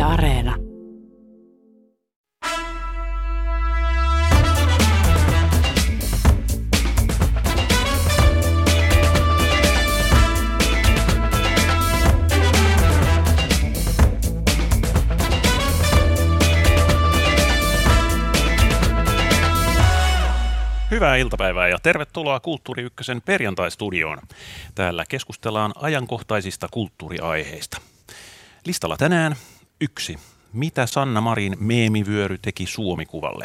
Areena. Hyvää iltapäivää ja tervetuloa Kulttuuri Ykkösen perjantai-studioon. Täällä keskustellaan ajankohtaisista kulttuuriaiheista. Listalla tänään 1. Mitä Sanna Marin meemivyöry teki Suomi-kuvalle?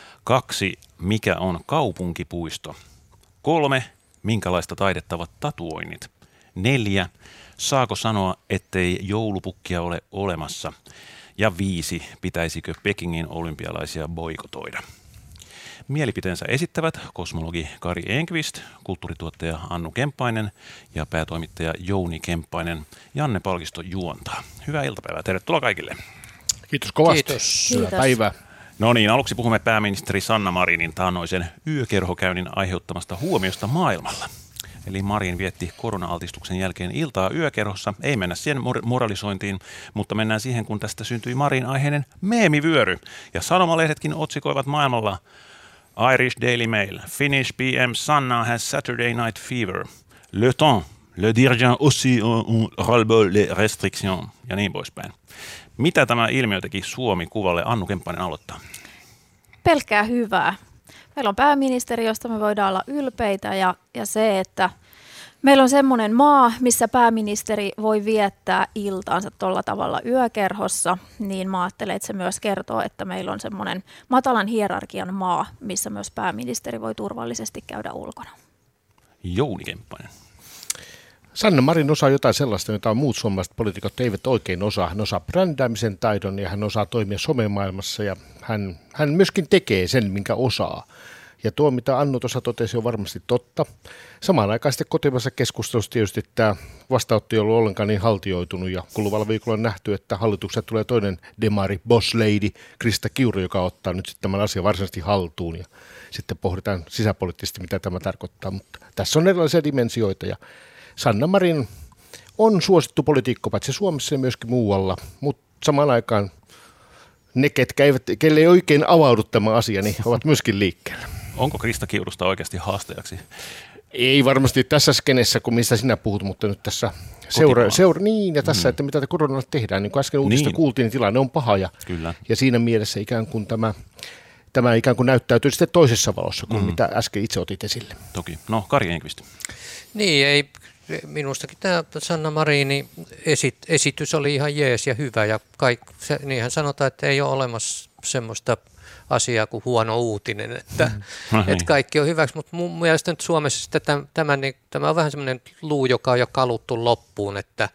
2. Mikä on kaupunkipuisto? 3. Minkälaista taidetta ovat tatuoinnit? 4. Saako sanoa, ettei joulupukkia ole olemassa? Ja 5. Pitäisikö Pekingin olympialaisia boikotoida? Mielipiteensä esittävät kosmologi Kari Enqvist, kulttuurituottaja Annu Kemppainen ja päätoimittaja Jouni Kemppainen. Janne Palkisto juontaa. Hyvää iltapäivää. Tervetuloa kaikille. Kiitos kovasti. Kiitos. Hyvää päivää. No niin, aluksi puhumme pääministeri Sanna Marinin taannoisen yökerhokäynnin aiheuttamasta huomiosta maailmalla. Eli Marin vietti korona-altistuksen jälkeen iltaa yökerhossa. Ei mennä siihen moralisointiin, mutta mennään siihen, kun tästä syntyi Marin aiheinen meemivyöry. Ja sanomalehdetkin otsikoivat maailmalla: Irish Daily Mail, Finnish PM Sanna has Saturday night fever. Le Temps, le dirigeant aussi on ras-le-bol les restrictions ja niin poispäin. Mitä tämä ilmiö teki Suomi-kuvalle? Annu Kemppainen aloittaa. Pelkkää hyvää. Meillä on pääministeri, josta me voidaan olla ylpeitä ja se, että meillä on semmoinen maa, missä pääministeri voi viettää iltaansa tuolla tavalla yökerhossa, niin mä ajattelen, että se myös kertoo, että meillä on semmoinen matalan hierarkian maa, missä myös pääministeri voi turvallisesti käydä ulkona. Jouni Kemppainen. Sanna Marin osaa jotain sellaista, jota muut suomalaiset poliitikot eivät oikein osaa. Hän osaa brändäämisen taidon ja hän osaa toimia somemaailmassa ja hän myöskin tekee sen, minkä osaa. Ja tuo, mitä Annu tuossa totesi, on varmasti totta. Samaan aikaan sitten kotimaisessa keskustelussa tietysti tämä vastaanotto ei ollut ollenkaan niin haltioitunut. Ja kuluvalla viikolla on nähty, että hallituksessa tulee toinen demari, boss lady, Krista Kiuru, joka ottaa nyt sitten tämän asian varsinaisesti haltuun. Ja sitten pohditaan sisäpoliittisesti, mitä tämä tarkoittaa. Mutta tässä on erilaisia dimensioita ja Sanna Marin on suosittu poliitikko paitsi Suomessa ja myöskin muualla. Mutta samaan aikaan ne, kelle ei oikein avaudu tämä asia, niin ovat myöskin liikkeellä. Onko Krista Kiurusta oikeasti haastajaksi? Ei varmasti tässä skenessä, kuin mistä sinä puhut, mutta nyt tässä niin, ja tässä, että mitä koronalla tehdään. Niin kuin äsken uutista kuultiin, niin tilanne on paha ja siinä mielessä ikään kuin tämä ikään kuin näyttäytyy sitten toisessa valossa kuin mitä äsken itse otit esille. Toki. No, Kari Enqvist. Niin, ei. Minustakin tämä Sanna Marinin esitys oli ihan jees ja hyvä ja niinhän sanotaan, että ei ole olemassa semmoista asiaa kuin huono uutinen, että kaikki on hyväksi, mutta mun mielestä nyt Suomessa tämä on vähän semmoinen luu, joka on jo kaluttu loppuun,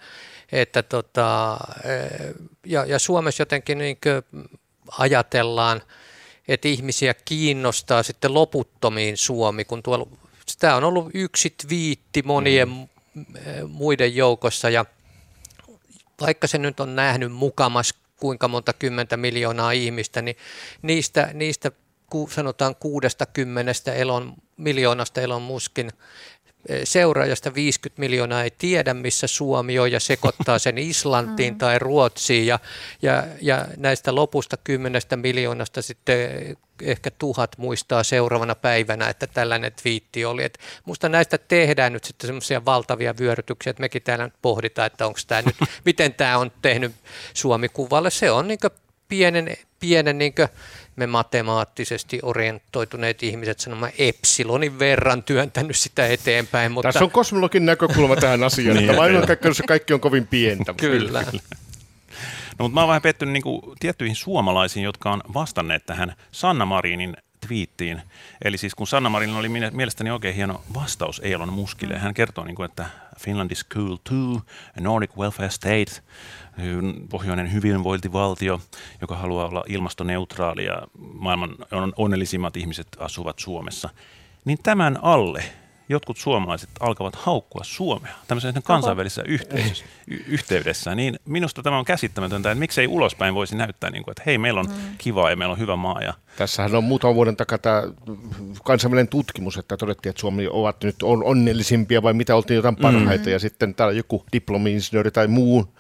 ja Suomessa jotenkin niin ajatellaan, että ihmisiä kiinnostaa sitten loputtomiin Suomi, kun tuolla tämä on ollut yksi twiitti monien muiden joukossa ja vaikka se nyt on nähnyt mukamas kuinka monta 10 miljoonaa ihmistä, niin niistä sanotaan 60 miljoonasta Elon Muskin seuraajasta 50 miljoonaa ei tiedä, missä Suomi on ja sekoittaa sen Islantiin tai Ruotsiin ja näistä lopusta 10 miljoonasta sitten ehkä 1000 muistaa seuraavana päivänä, että tällainen twiitti oli. Et musta näistä tehdään nyt sitten semmoisia valtavia vyörytyksiä, että mekin täällä nyt pohditaan, että onko tämä nyt, miten tämä on tehnyt Suomi-kuvalle. Se on niin pienen niin me matemaattisesti orientoituneet ihmiset sanomaan epsilonin verran työntänyt sitä eteenpäin. Mutta tässä on kosmologin näkökulma tähän asiaan, että maailmankaikkeudessa kaikki on kovin pientä. Kyllä. No, mutta mä oon vähän pettynyt niin kuin tiettyihin suomalaisiin, jotka on vastanneet tähän Sanna Marinin twiittiin. Eli siis kun Sanna Marin oli mielestäni oikein hieno vastaus Elon Muskille. Hän kertoo, niin kuin, että Finland is cool too, a Nordic welfare state, pohjoinen hyvinvointivaltio, joka haluaa olla ilmastoneutraali ja maailman onnellisimmat ihmiset asuvat Suomessa. Niin tämän alle jotkut suomalaiset alkavat haukkua Suomea tämmöisessä kansainvälisessä yhteydessä, niin minusta tämä on käsittämätöntä, että miksei ulospäin voisi näyttää, niin kuin, että hei, meillä on kivaa ja meillä on hyvä maa. Ja tässähän on muutaman vuoden takaa tämä kansainvälinen tutkimus, että todettiin, että Suomi ovat nyt onnellisimpia vai mitä oltiin jotain parhaita, ja sitten täällä joku diplomi-insinööri tai muu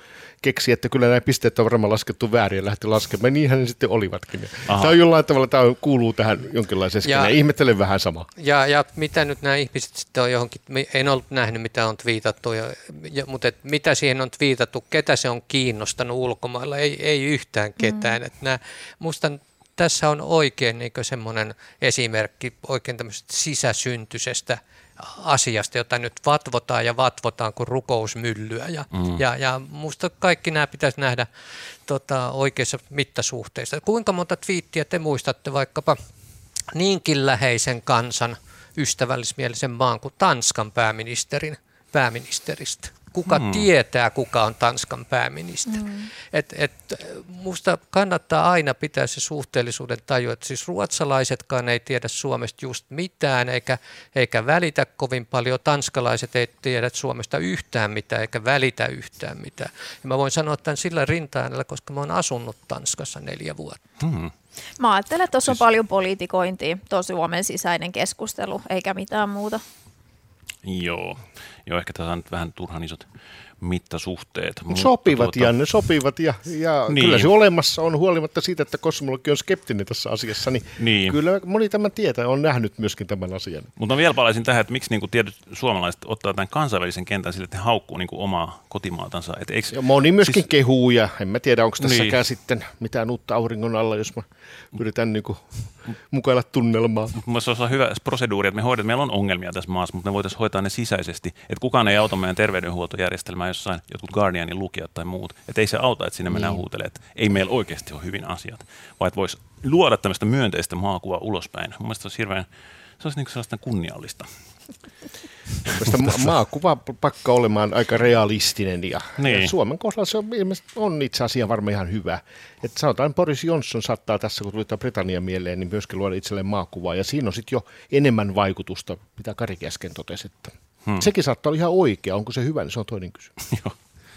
keksi, että kyllä nämä pisteet on varmaan laskettu väärin ja lähti laskemaan. Niinhän ne sitten olivatkin. Tämä on jollain tavalla, tämä kuuluu tähän jonkinlaiseen skeneen. Ihmettelen vähän sama. Ja mitä nyt nämä ihmiset sitten on johonkin, en ollut nähnyt mitä on twiitattu, mutta mitä siihen on twiitattu, ketä se on kiinnostanut ulkomailla, ei yhtään ketään. Musta tässä on oikein niin semmoinen esimerkki oikein tämmöisestä sisäsyntyisestä asiasta, jota nyt vatvotaan kuin rukousmyllyä. Ja musta kaikki nämä pitäisi nähdä oikeissa mittasuhteissa. Kuinka monta twiittiä te muistatte vaikkapa niinkin läheisen kansan ystävällismielisen maan kuin Tanskan pääministeristä? Kuka tietää, kuka on Tanskan pääministeri? Musta kannattaa aina pitää se suhteellisuuden taju, että siis ruotsalaisetkaan ei tiedä Suomesta just mitään, eikä välitä kovin paljon. Tanskalaiset ei tiedä Suomesta yhtään mitään, eikä välitä yhtään mitään. Ja mä voin sanoa tämän sillä rinta-äänellä, koska mä oon asunut Tanskassa 4 vuotta. Mä ajattelen, että tuossa on paljon politikointia, tuo Suomen sisäinen keskustelu, eikä mitään muuta. Joo, ehkä tässä on nyt vähän turhan isot mittasuhteet. Sopivat, Janne, sopivat ja niin. Kyllä se olemassa on huolimatta siitä, että kosmologi on skeptinen tässä asiassa, niin. Kyllä moni tämän tietää, on nähnyt myöskin tämän asian. Mutta vielä palaisin tähän, että miksi niinku tietyt suomalaiset ottaa tämän kansainvälisen kentän sille, että he haukkuu niinku omaa kotimaatansa. Moni myöskin kehuu ja en mä tiedä, onko tässäkään sitten mitään uutta auringon alla, jos mä yritän niinku mukailla tunnelmaa. Mielestäni se on hyvä proseduuri, että meillä on ongelmia tässä maassa, mutta me voitaisiin hoitaa ne sisäisesti. Että kukaan ei auta meidän terveydenhuoltojärjestelmää jossain jotkut Guardianin lukijat tai muut. Että ei se auta, että sinne mennään huutelemaan, että ei meillä oikeasti ole hyvin asiat. Vaan että voisi luoda tämmöistä myönteistä maakuvaa ulospäin. Mun mielestä se olisi niin sellaista kunniallista. Maakuva pakka olemaan aika realistinen ja niin. Suomen kohdalla se on itse asiassa varmaan ihan hyvä. Että sanotaan Boris Johnson saattaa tässä, kun tuli Britannian mieleen, niin myöskin luoda itselleen maakuvaa. Ja siinä on sitten jo enemmän vaikutusta, mitä Karikin äsken totesi. Sekin saattaa olla ihan oikea. Onko se hyvä, niin se on toinen kysymys. Joo.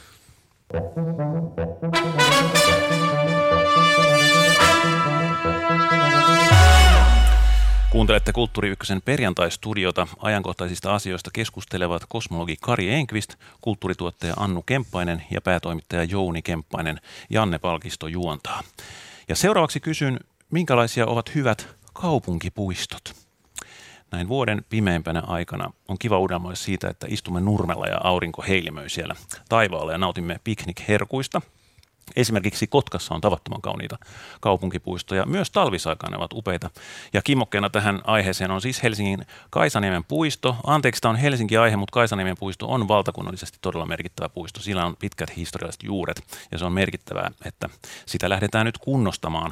Kuuntelette Kulttuuri Ykkösen perjantaistudiota. Ajankohtaisista asioista keskustelevat kosmologi Kari Enqvist, kulttuurituottaja Annu Kemppainen ja päätoimittaja Jouni Kemppainen. Janne Palkisto juontaa. Ja seuraavaksi kysyn, minkälaisia ovat hyvät kaupunkipuistot? Näin vuoden pimeimpänä aikana on kiva unelmoida siitä, että istumme nurmella ja aurinko heilimöi siellä taivaalla ja nautimme piknikherkuista. Esimerkiksi Kotkassa on tavattoman kauniita kaupunkipuistoja. Myös talvisaikaan ne ovat upeita. Ja kimmokkeena tähän aiheeseen on siis Helsingin Kaisaniemen puisto. Anteeksi, tämä on Helsinki-aihe, mutta Kaisaniemen puisto on valtakunnallisesti todella merkittävä puisto. Sillä on pitkät historialliset juuret ja se on merkittävää, että sitä lähdetään nyt kunnostamaan.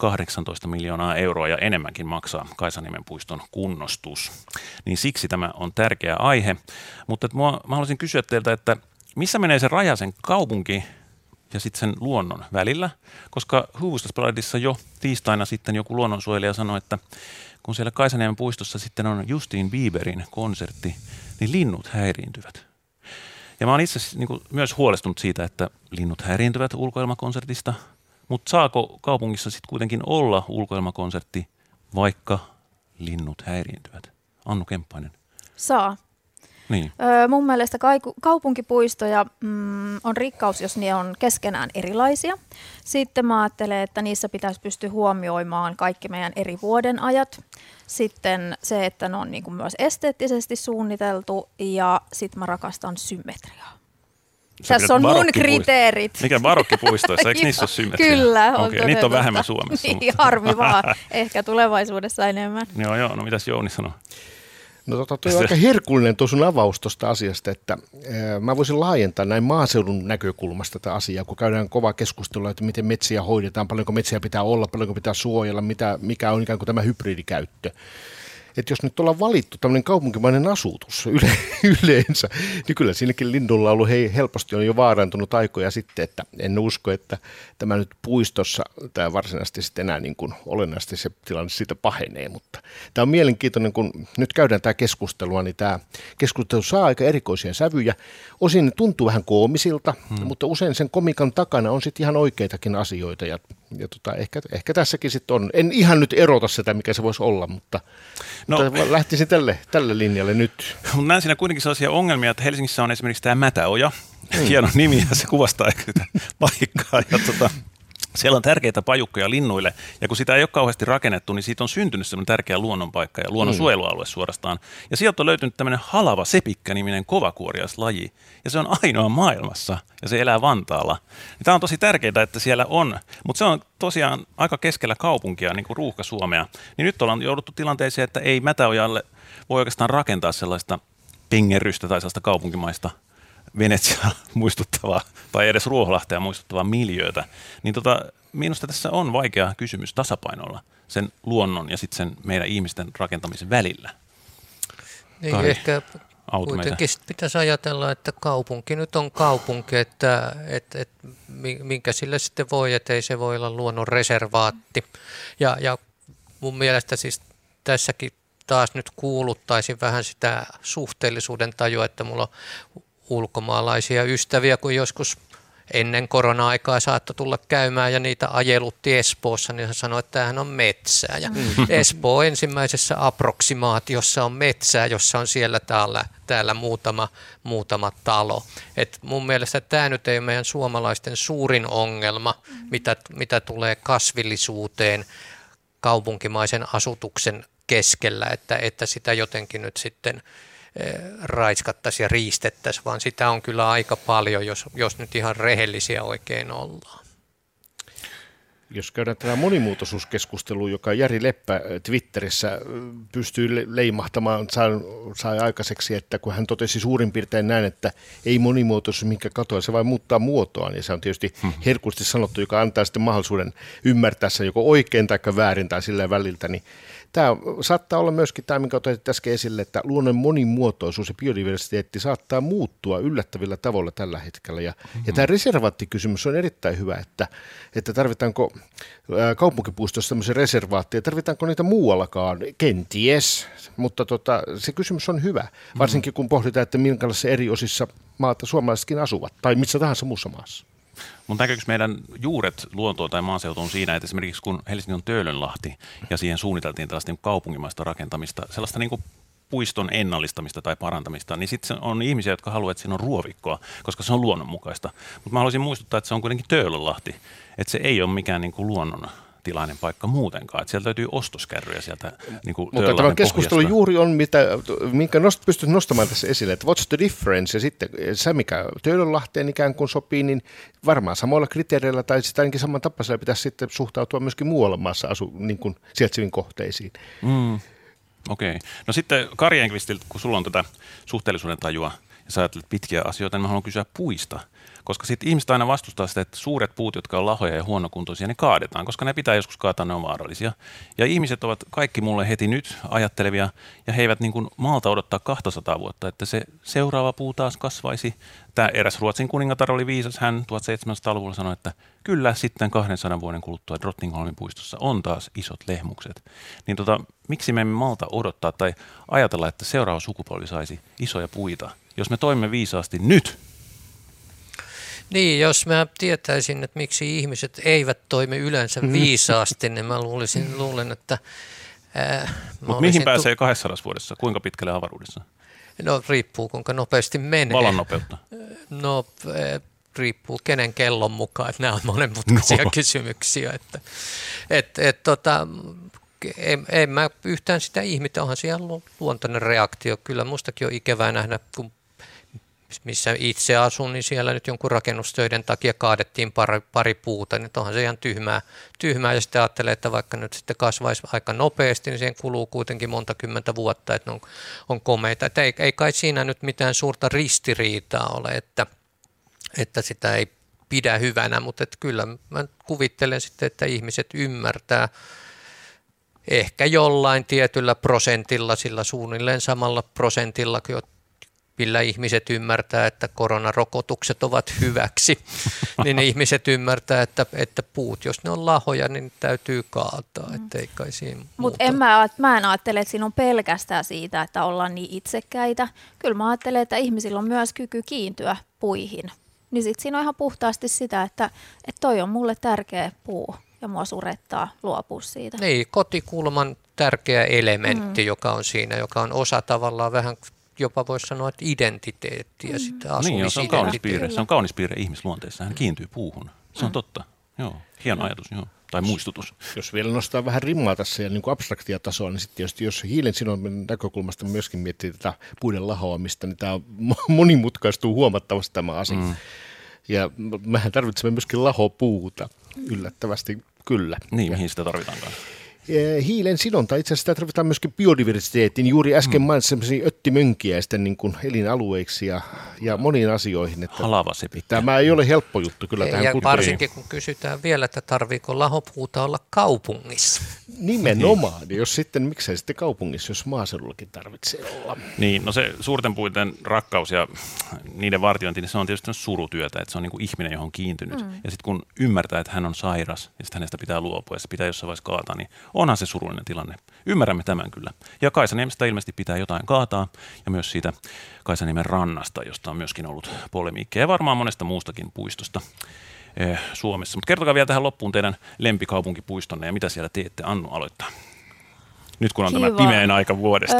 18 miljoonaa euroa ja enemmänkin maksaa Kaisaniemen puiston kunnostus. Niin siksi tämä on tärkeä aihe. Mutta mä haluaisin kysyä teiltä, että missä menee se raja sen kaupunki ja sitten sen luonnon välillä, koska Hufvudstadsbladissa jo tiistaina sitten joku luonnonsuojelija sanoi, että kun siellä Kaisaniemen puistossa sitten on Justin Bieberin konsertti, niin linnut häiriintyvät. Ja mä oon itse niin myös huolestunut siitä, että linnut häiriintyvät ulkoilmakonsertista, mutta saako kaupungissa sitten kuitenkin olla ulkoilmakonsertti, vaikka linnut häiriintyvät? Annu Kemppainen. Saa. Niin. Mun mielestä kaupunkipuistoja on rikkaus, jos ne on keskenään erilaisia. Sitten mä ajattelen, että niissä pitäisi pystyä huomioimaan kaikki meidän eri vuodenajat. Sitten se, että ne on niin kuin myös esteettisesti suunniteltu ja sitten mä rakastan symmetriaa. Tässä on mun kriteerit. Mikä barokkipuistoissa, eikö niissä ole symmetriaa? Kyllä. Okay, niitä on vähemmän Suomessa. Niin, harmi vaan. Ehkä tulevaisuudessa enemmän. Joo, no mitäs Jouni sanoo? No toi on aika herkullinen tuo sun avaus tuosta asiasta, että mä voisin laajentaa näin maaseudun näkökulmasta tätä asiaa, kun käydään kovaa keskustelua, että miten metsiä hoidetaan, paljonko metsiä pitää olla, paljonko pitää suojella, mikä on ikään kuin tämä hybridikäyttö. Että jos nyt ollaan valittu tämmöinen kaupunkimainen asutus yleensä, niin kyllä siinäkin linnulla on ollut helposti on jo vaarantunut aikoja sitten, että en usko, että tämä nyt puistossa tämä varsinaisesti sitten enää niin kuin olennaisesti se tilanne siitä pahenee, mutta tämä on mielenkiintoinen, kun nyt käydään tämä keskustelua, niin tämä keskustelu saa aika erikoisia sävyjä. Osin ne tuntuu vähän koomisilta, mutta usein sen komikan takana on sitten ihan oikeitakin asioita ja ehkä tässäkin sitten on. En ihan nyt erota sitä, mikä se voisi olla, mutta lähtisin tälle linjalle nyt. Näen siinä kuitenkin sellaisia ongelmia, että Helsingissä on esimerkiksi tämä Mätäoja, Hieno nimi ja se kuvastaa sitä paikkaa. Ja siellä on tärkeitä pajukkoja linnuille, ja kun sitä ei ole kauheasti rakennettu, niin siitä on syntynyt semmoinen tärkeä luonnonpaikka ja luonnonsuojelualue suorastaan. Ja sieltä on löytynyt tämmöinen halava sepikkä-niminen kovakuoriaislaji, ja se on ainoa maailmassa, ja se elää Vantaalla. Ja tämä on tosi tärkeää, että siellä on, mutta se on tosiaan aika keskellä kaupunkia, niin kuin Ruuhka-Suomea. Niin nyt ollaan jouduttu tilanteeseen, että ei Mätäojalle voi oikeastaan rakentaa sellaista pengerrystä tai sellaista kaupunkimaista Venetsiaa muistuttavaa tai edes Ruoholahtea muistuttavaa miljöötä, niin minusta tässä on vaikea kysymys tasapainolla sen luonnon ja sitten sen meidän ihmisten rakentamisen välillä. Niin ehkä kuitenkin pitäisi ajatella, että kaupunki nyt on kaupunki, että minkä sille sitten voi, että ei se voi olla luonnonreservaatti. Ja mun mielestä siis tässäkin taas nyt kuuluttaisin vähän sitä suhteellisuuden tajua, että mulla on ulkomaalaisia ystäviä, kun joskus ennen korona-aikaa saattoi tulla käymään ja niitä ajelutti Espoossa, niin hän sanoi, että tämähän on metsää. Ja Espoo ensimmäisessä approksimaatiossa on metsää, jossa on siellä täällä muutama talo. Et mun mielestä tämä nyt ei ole meidän suomalaisten suurin ongelma, mitä tulee kasvillisuuteen kaupunkimaisen asutuksen keskellä, että sitä jotenkin nyt sitten raiskattaisiin ja riistettäisiin, vaan sitä on kyllä aika paljon, jos nyt ihan rehellisiä oikein ollaan. Jos käydään tätä monimuotoisuuskeskustelua, joka Jari Leppä Twitterissä pystyy leimahtamaan, sai aikaiseksi, että kun hän totesi suurin piirtein näin, että ei monimuotoisuus minkä katoa, se vain muuttaa muotoaan, ja se on tietysti herkullisesti sanottu, joka antaa sitten mahdollisuuden ymmärtää sen joko oikein tai väärin tai sillä väliltä, niin tämä saattaa olla myöskin tämä, minkä otit äsken esille, että luonnon monimuotoisuus ja biodiversiteetti saattaa muuttua yllättävillä tavalla tällä hetkellä. Ja tämä reservaattikysymys on erittäin hyvä, että tarvitaanko kaupunkipuistossa tämmöisiä reservaatteja, tarvitaanko niitä muuallakaan, kenties, mutta se kysymys on hyvä, varsinkin kun pohditaan, että minkälaisissa eri osissa maata suomalaisetkin asuvat, tai missä tahansa muussa maassa. Mutta näkyykö meidän juuret luontoon tai maaseutuun siinä, että esimerkiksi kun Helsinki on Töölönlahti ja siihen suunniteltiin tällaista niin kaupungimaista rakentamista, sellaista niin kuin puiston ennallistamista tai parantamista, niin sitten on ihmisiä, jotka haluavat, että siinä on ruovikkoa, koska se on luonnonmukaista. Mutta mä haluaisin muistuttaa, että se on kuitenkin Töölönlahti, että se ei ole mikään niin kuin luonnontilainen paikka muutenkaan. Että sieltä löytyy ostoskärryjä sieltä niin kuin mutta tämä keskustelu pohjasta. Juuri on, minkä pystyt nostamaan tässä esille, että what's the difference, ja sitten se, mikä Töölönlahteen ikään kuin sopii, niin varmaan samoilla kriteereillä tai sitä ainakin samantapaisella pitäisi sitten suhtautua myöskin muualla maassa niin kuin sijaitseviin kohteisiin. Okei. No sitten Kari Enqvistiltä, kun sulla on tätä suhteellisuuden tajua ja sä ajattelet pitkiä asioita, niin mä haluan kysyä puista. Koska sitten ihmiset aina vastustaa sitä, että suuret puut, jotka on lahoja ja huonokuntoisia, ne kaadetaan, koska ne pitää joskus kaataa, ne on vaarallisia. Ja ihmiset ovat kaikki mulle heti nyt ajattelevia, ja he eivät niin kuin malta odottaa 200 vuotta, että se seuraava puu taas kasvaisi. Tämä eräs Ruotsin kuningatar oli viisas, hän 1700-luvulla sanoi, että kyllä sitten 200 vuoden kuluttua Drottningholmin puistossa on taas isot lehmukset. Niin miksi me emme malta odottaa tai ajatella, että seuraava sukupolvi saisi isoja puita, jos me toimimme viisaasti nyt? Niin, jos mä tietäisin, että miksi ihmiset eivät toimi yleensä viisaasti, niin mä luulen, että... Mutta mihin pääsee 200 vuodessa? Kuinka pitkälle avaruudessa? No riippuu, kuinka nopeasti menee. Valon nopeutta? No riippuu kenen kellon mukaan, että nämä on monenmutkaisia kysymyksiä. En mä yhtään sitä ihmitä, onhan siellä luontainen reaktio. Kyllä mustakin on ikävää nähdä, kun missä itse asun, niin siellä nyt jonkun rakennustöiden takia kaadettiin pari puuta, niin onhan se ihan tyhmää ja sitten ajattelee, että vaikka nyt sitten kasvaisi aika nopeasti, niin siihen kuluu kuitenkin monta kymmentä vuotta, että ne on komeita. Että ei kai siinä nyt mitään suurta ristiriitaa ole, että sitä ei pidä hyvänä, mutta että kyllä mä kuvittelen sitten, että ihmiset ymmärtää ehkä jollain tietyllä prosentilla, sillä suunnilleen samalla prosentilla, millä ihmiset ymmärtää, että koronarokotukset ovat hyväksi, niin ihmiset ymmärtää, että puut, jos ne on lahoja, niin täytyy kaataa, ettei kai siinä muuta. Mutta mä en ajattele, että siinä on pelkästään siitä, että ollaan niin itsekkäitä. Kyllä mä ajattelen, että ihmisillä on myös kyky kiintyä puihin. Niin sit siinä on ihan puhtaasti sitä, että toi on mulle tärkeä puu ja mua surettaa luopua siitä. Niin, kotikulman tärkeä elementti, joka on siinä, joka on osa tavallaan vähän jopa voisi sanoa, että identiteetti ja sitten Niin, se on kaunis piirre. asumisidentiteetti. Se on kaunis piirre ihmisluonteessa. Hän kiintyy puuhun. Se on totta. Joo, hieno ajatus, joo. Tai muistutus. Jos vielä nostaa vähän rimmaa tässä ja niin kuin abstraktia tasoa, niin sitten tietysti jos hiilen sinomisen näkökulmasta myöskin miettii tätä puiden lahoamista, niin tämä monimutkaistuu huomattavasti tämä asia. Ja mehän tarvitsemme myöskin lahopuuta yllättävästi kyllä. Niin, mihin sitä tarvitaankaan? Hiilen sidonta, itse asiassa sitä tarvitaan myöskin biodiversiteettiin. Juuri äsken mainitsin sellaisia öttimönkiäisten niin kuin elinalueiksi ja moniin asioihin. Että Halavasepikki. tämä ei ole helppo juttu kyllä tähän Ja kulttuuriin. varsinkin kun kysytään vielä, että tarviiko lahopuuta olla kaupungissa. Nimenomaan, jos sitten miksei sitten kaupungissa, jos maaseudullakin tarvitsee olla. Niin, no se suurten puiden rakkaus ja niiden vartiointi, niin se on tietysti surutyötä, että se on niin kuin ihminen, johon on kiintynyt. Ja sitten kun ymmärtää, että hän on sairas ja sitten hänestä pitää luopua ja se pitää jossain vaiheessa kaataa, niin onhan se surullinen tilanne. Ymmärrämme tämän kyllä. Ja Kaisaniemestä ilmeisesti pitää jotain kaataa ja myös siitä Kaisaniemen rannasta, josta on myöskin ollut polemiikkia ja varmaan monesta muustakin puistosta Suomessa. Mutta kertokaa vielä tähän loppuun teidän lempikaupunkipuistonne ja mitä siellä teette. Annu aloittaa. Nyt kun on Kiva. tämä pimeän aika vuodesta.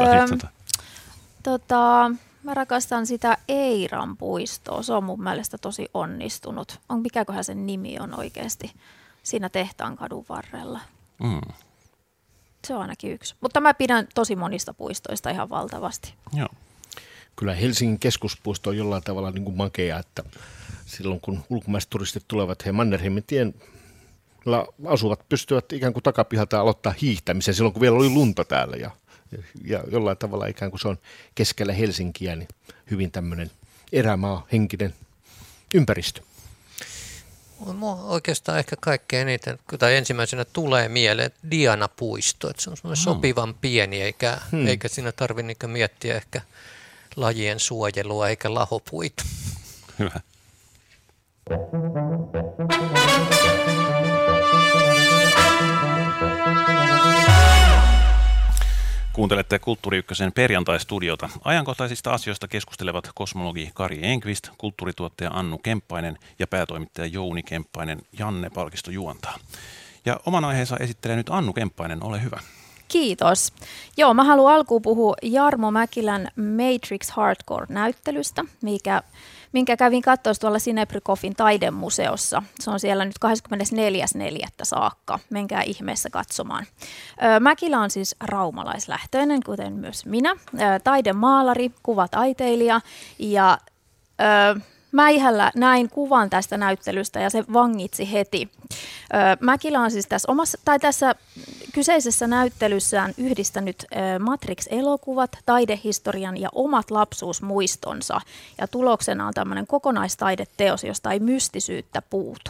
Mä rakastan sitä Eiran puistoa. Se on mun mielestä tosi onnistunut. Mikäköhän sen nimi on oikeasti siinä Tehtaankadun varrella? Se on ainakin yksi. Mutta mä pidän tosi monista puistoista ihan valtavasti. Joo. Kyllä Helsingin keskuspuisto on jollain tavalla niin kuin makea, että silloin kun ulkomaiset turistit tulevat, he Mannerheimin tien asuvat, pystyvät ikään kuin takapihalta aloittaa hiihtämisen silloin, kun vielä oli lunta täällä ja jollain tavalla ikään kuin se on keskellä Helsinkiä, niin hyvin tämmöinen erämaa henkinen ympäristö. Mua oikeastaan ehkä kaikkein eniten, tai ensimmäisenä tulee mieleen Diana-puisto, että se on semmoinen sopivan pieni, eikä siinä tarvitse miettiä ehkä lajien suojelua eikä lahopuita. Hyvä. Kuuntelette Kulttuuri Ykkösen perjantaistudiota. Ajankohtaisista asioista keskustelevat kosmologi Kari Enqvist, kulttuurituottaja Annu Kemppainen ja päätoimittaja Jouni Kemppainen. Janne Palkisto juontaa. Ja oman aiheensa esittelee nyt Annu Kemppainen, ole hyvä. Kiitos. Joo, mä haluan alkuun puhua Jarmo Mäkilän Matrix Hardcore-näyttelystä, minkä kävin katsoa tuolla Sinebrykoffin taidemuseossa. Se on siellä nyt 24.4. saakka. Menkää ihmeessä katsomaan. Mäkilä on siis raumalaislähtöinen, kuten myös minä. Taidemaalari, kuvataiteilija ja Mäihällä näin kuvan tästä näyttelystä ja se vangitsi heti. Mäkilä on siis tässä kyseisessä näyttelyssään yhdistänyt Matrix-elokuvat, taidehistorian ja omat lapsuusmuistonsa. Ja tuloksena on tämmöinen kokonaistaideteos, josta ei mystisyyttä puutu.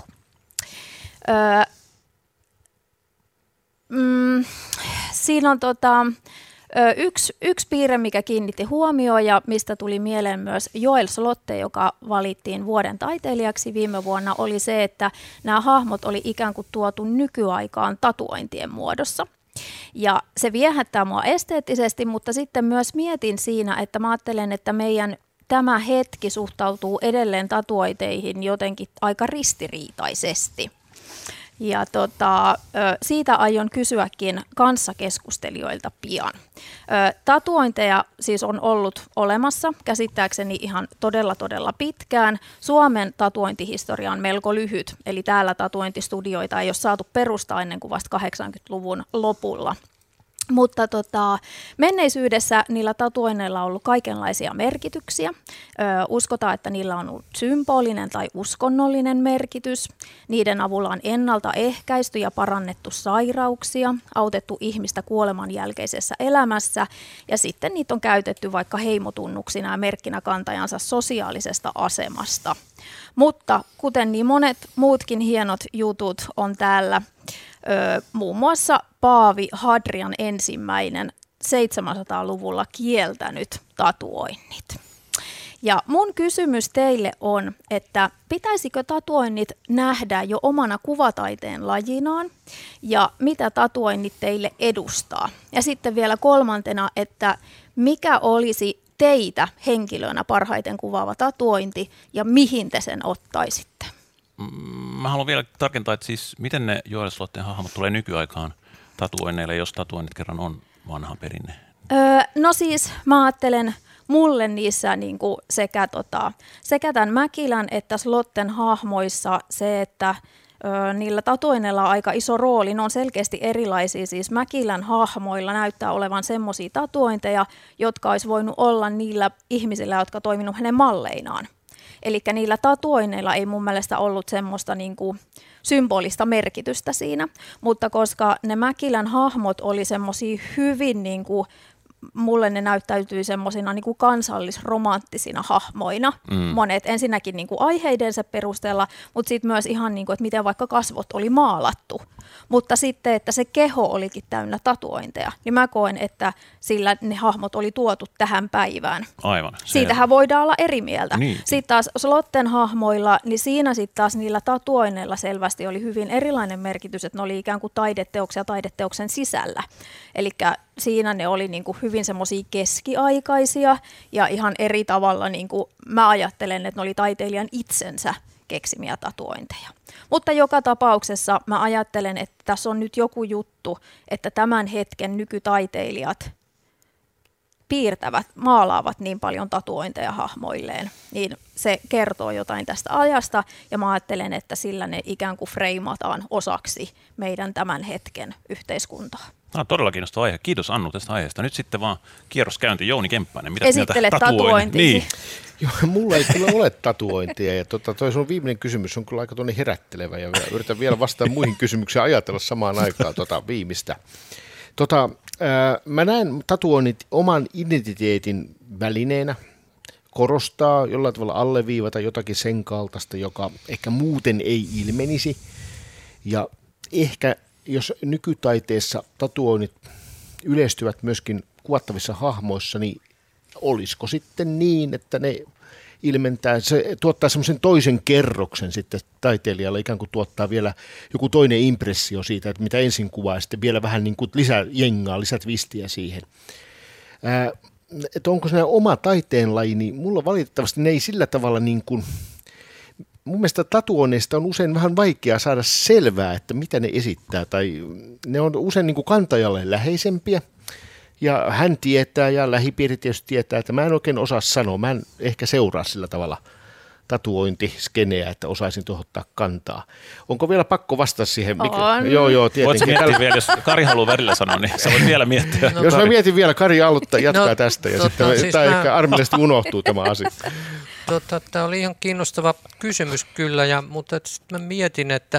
Siinä on yksi piirre, mikä kiinnitti huomioon ja mistä tuli mieleen myös Joel Slotte, joka valittiin vuoden taiteilijaksi viime vuonna, oli se, että nämä hahmot oli ikään kuin tuotu nykyaikaan tatuointien muodossa. Ja se viehättää mua esteettisesti, mutta sitten myös mietin siinä, että mä ajattelen, että meidän tämä hetki suhtautuu edelleen tatuointeihin jotenkin aika ristiriitaisesti. Ja siitä aion kysyäkin kanssakeskustelijoilta pian. Tatuointeja siis on ollut olemassa, käsittääkseni ihan todella pitkään. Suomen tatuointihistoria on melko lyhyt, eli täällä tatuointistudioita ei ole saatu perustaa ennen kuin vasta 80-luvun lopulla. Mutta menneisyydessä niillä tatuoinneilla on ollut kaikenlaisia merkityksiä. Uskotaan, että niillä on ollut symbolinen tai uskonnollinen merkitys. Niiden avulla on ennaltaehkäisty ja parannettu sairauksia, autettu ihmistä kuoleman jälkeisessä elämässä ja sitten niitä on käytetty vaikka heimotunnuksina ja merkkinä kantajansa sosiaalisesta asemasta. Mutta kuten niin monet muutkin hienot jutut on täällä, muun muassa Paavi Hadrian ensimmäinen 700-luvulla kieltänyt tatuoinnit. Ja mun kysymys teille on, että pitäisikö tatuoinnit nähdä jo omana kuvataiteen lajinaan ja mitä tatuoinnit teille edustaa? Ja sitten vielä kolmantena, että mikä olisi teitä henkilönä parhaiten kuvaava tatuointi ja mihin te sen ottaisitte? Mä haluan vielä tarkentaa, että siis miten ne Joel Slotteen hahmot tulee nykyaikaan tatuoinneille, jos tatuoinnit kerran on vanha perinne? No siis mä ajattelen mulle niissä niin kuin sekä tämän Mäkilän että Slotten hahmoissa se, että niillä tatuoinneilla on aika iso rooli. Ne on selkeästi erilaisia. Siis Mäkilän hahmoilla näyttää olevan semmoisia tatuointeja, jotka olisi voinut olla niillä ihmisillä, jotka toiminut hänen malleinaan. Eli niillä tatuoinneilla ei mun mielestä ollut semmoista niin kuin symbolista merkitystä siinä, mutta koska ne Mäkilän hahmot oli semmoisia hyvin niin kuin, mulle ne näyttäytyi semmoisina niin kuin kansallisromanttisina hahmoina. Monet ensinnäkin niin kuin aiheidensa perusteella, mutta sitten myös ihan niin kuin, että miten vaikka kasvot oli maalattu. Mutta sitten, että se keho olikin täynnä tatuointeja, niin mä koen, että sillä ne hahmot oli tuotu tähän päivään. Aivan. Siitähän voidaan olla eri mieltä. Niin. Sitten taas Slotten hahmoilla, niin siinä sitten taas niillä tatuoinneilla selvästi oli hyvin erilainen merkitys, että ne oli ikään kuin taideteoksia taideteoksen sisällä. Eli siinä ne oli niin kuin hyvin semmoisia keskiaikaisia ja ihan eri tavalla, niin kuin mä ajattelen, että ne oli taiteilijan itsensä keksimiä tatuointeja. Mutta joka tapauksessa mä ajattelen, että tässä on nyt joku juttu, että tämän hetken nykytaiteilijat maalaavat niin paljon tatuointeja hahmoilleen, niin se kertoo jotain tästä ajasta, ja mä ajattelen, että sillä ne ikään kuin freimataan osaksi meidän tämän hetken yhteiskuntaa. Todella kiinnostava aihe. Kiitos Annu tästä aiheesta. Nyt sitten vaan kierroskäynti. Jouni Kemppainen, mitä esittele tatuointisi. Niin. Joo, mulla ei kyllä ole tatuointia ja toi sun viimeinen kysymys on kyllä aika tuonne herättelevä ja yritän vielä vastata muihin kysymyksiin ajatella samaan aikaan viimeistä. Mä näen tatuoinnit oman identiteetin välineenä, korostaa jollain tavalla alleviivata jotakin sen kaltaista, joka ehkä muuten ei ilmenisi. Ja ehkä jos nykytaiteessa tatuoinnit yleistyvät myöskin kuvattavissa hahmoissa, niin olisiko sitten niin, että ne se tuottaa semmoisen toisen kerroksen sitten taiteilijalle, ikään kuin tuottaa vielä joku toinen impressio siitä, että mitä ensin kuvaa, ja sitten vielä vähän niin kuin lisää jengaa, lisätwistiä siihen. Että onko se oma taiteenlaji, niin mulla valitettavasti ne ei sillä tavalla niin kuin, mun mielestä tatuoinneista on usein vähän vaikea saada selvää, että mitä ne esittää, tai ne on usein niin kuin kantajalle läheisempiä, ja hän tietää, ja lähipiiri tietysti tietää, että mä en oikein osaa sanoa, mä en ehkä seuraa sillä tavalla tatuointiskeneä, että osaisin tuohon ottaa kantaa. Onko vielä pakko vastata siihen? On. Joo, tietenkin. Voitko miettiä vielä, jos Kari haluaa välillä sanoa, niin sä voit vielä miettiä. Jos mä mietin vielä, Kari jatkaa tästä, ja sitten siis ehkä armillisesti unohtuu tämä asia. Tämä oli ihan kiinnostava kysymys kyllä, mutta sitten mä mietin, että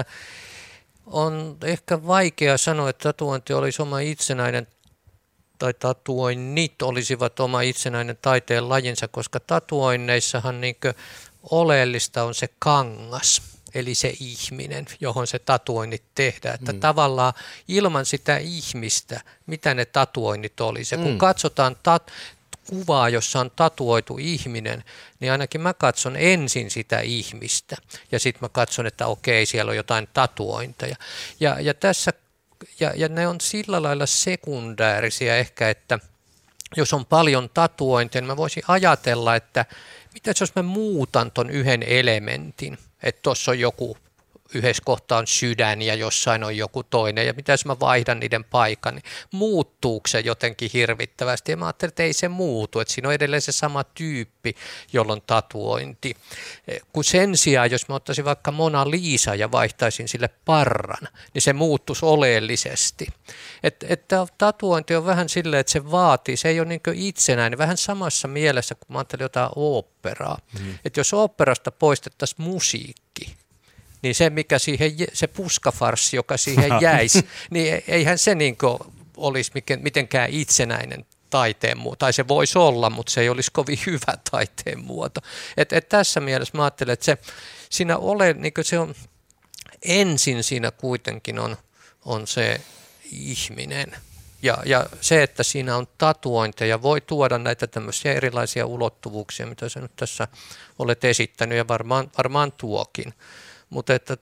on ehkä vaikea sanoa, että tatuointi olisi oma itsenäinen tai tatuoinnit olisivat oma itsenäinen taiteen lajinsa, koska tatuoinneissahan niinkö oleellista on se kangas, eli se ihminen, johon se tatuoinnit tehdään. Että tavallaan ilman sitä ihmistä, mitä ne tatuoinnit olisi. Ja kun katsotaan kuvaa, jossa on tatuoitu ihminen, niin ainakin mä katson ensin sitä ihmistä ja sitten mä katson, että okei, siellä on jotain tatuointeja. Ja tässä ja ne on sillä lailla sekundäärisiä ehkä, että jos on paljon tatuointia, niin mä voisin ajatella, että mitä jos mä muutan ton yhden elementin, että tuossa on joku, yhdessä kohtaa on sydän ja jossain on joku toinen, ja mitä jos mä vaihdan niiden paikan, niin muuttuuko se jotenkin hirvittävästi? Ja mä ajattelin, että ei se muutu, että siinä on edelleen se sama tyyppi, jolloin tatuointi. Kun sen sijaan, jos mä ottaisin vaikka Mona Lisa ja vaihtaisin sille parran, niin se muuttuisi oleellisesti. Että tatuointi on vähän silleen, että se vaatii, se ei ole niin kuin itsenäinen, vähän samassa mielessä, kun mä ajattelin jotain oopperaa. Että jos oopperasta poistettaisiin musiikki, niin se, mikä siihen, se puskafarssi, joka siihen jäisi, niin eihän se niin kuin olisi mitenkään itsenäinen taiteen muoto. Tai se voisi olla, mutta se ei olisi kovin hyvä taiteen muoto. Et tässä mielessä mä ajattelen, että niin se on ensin siinä kuitenkin on se ihminen. Ja se, että siinä on tatuointeja, voi tuoda näitä tämmöisiä erilaisia ulottuvuuksia, mitä sä nyt tässä olet esittänyt, ja varmaan tuokin. Mutta että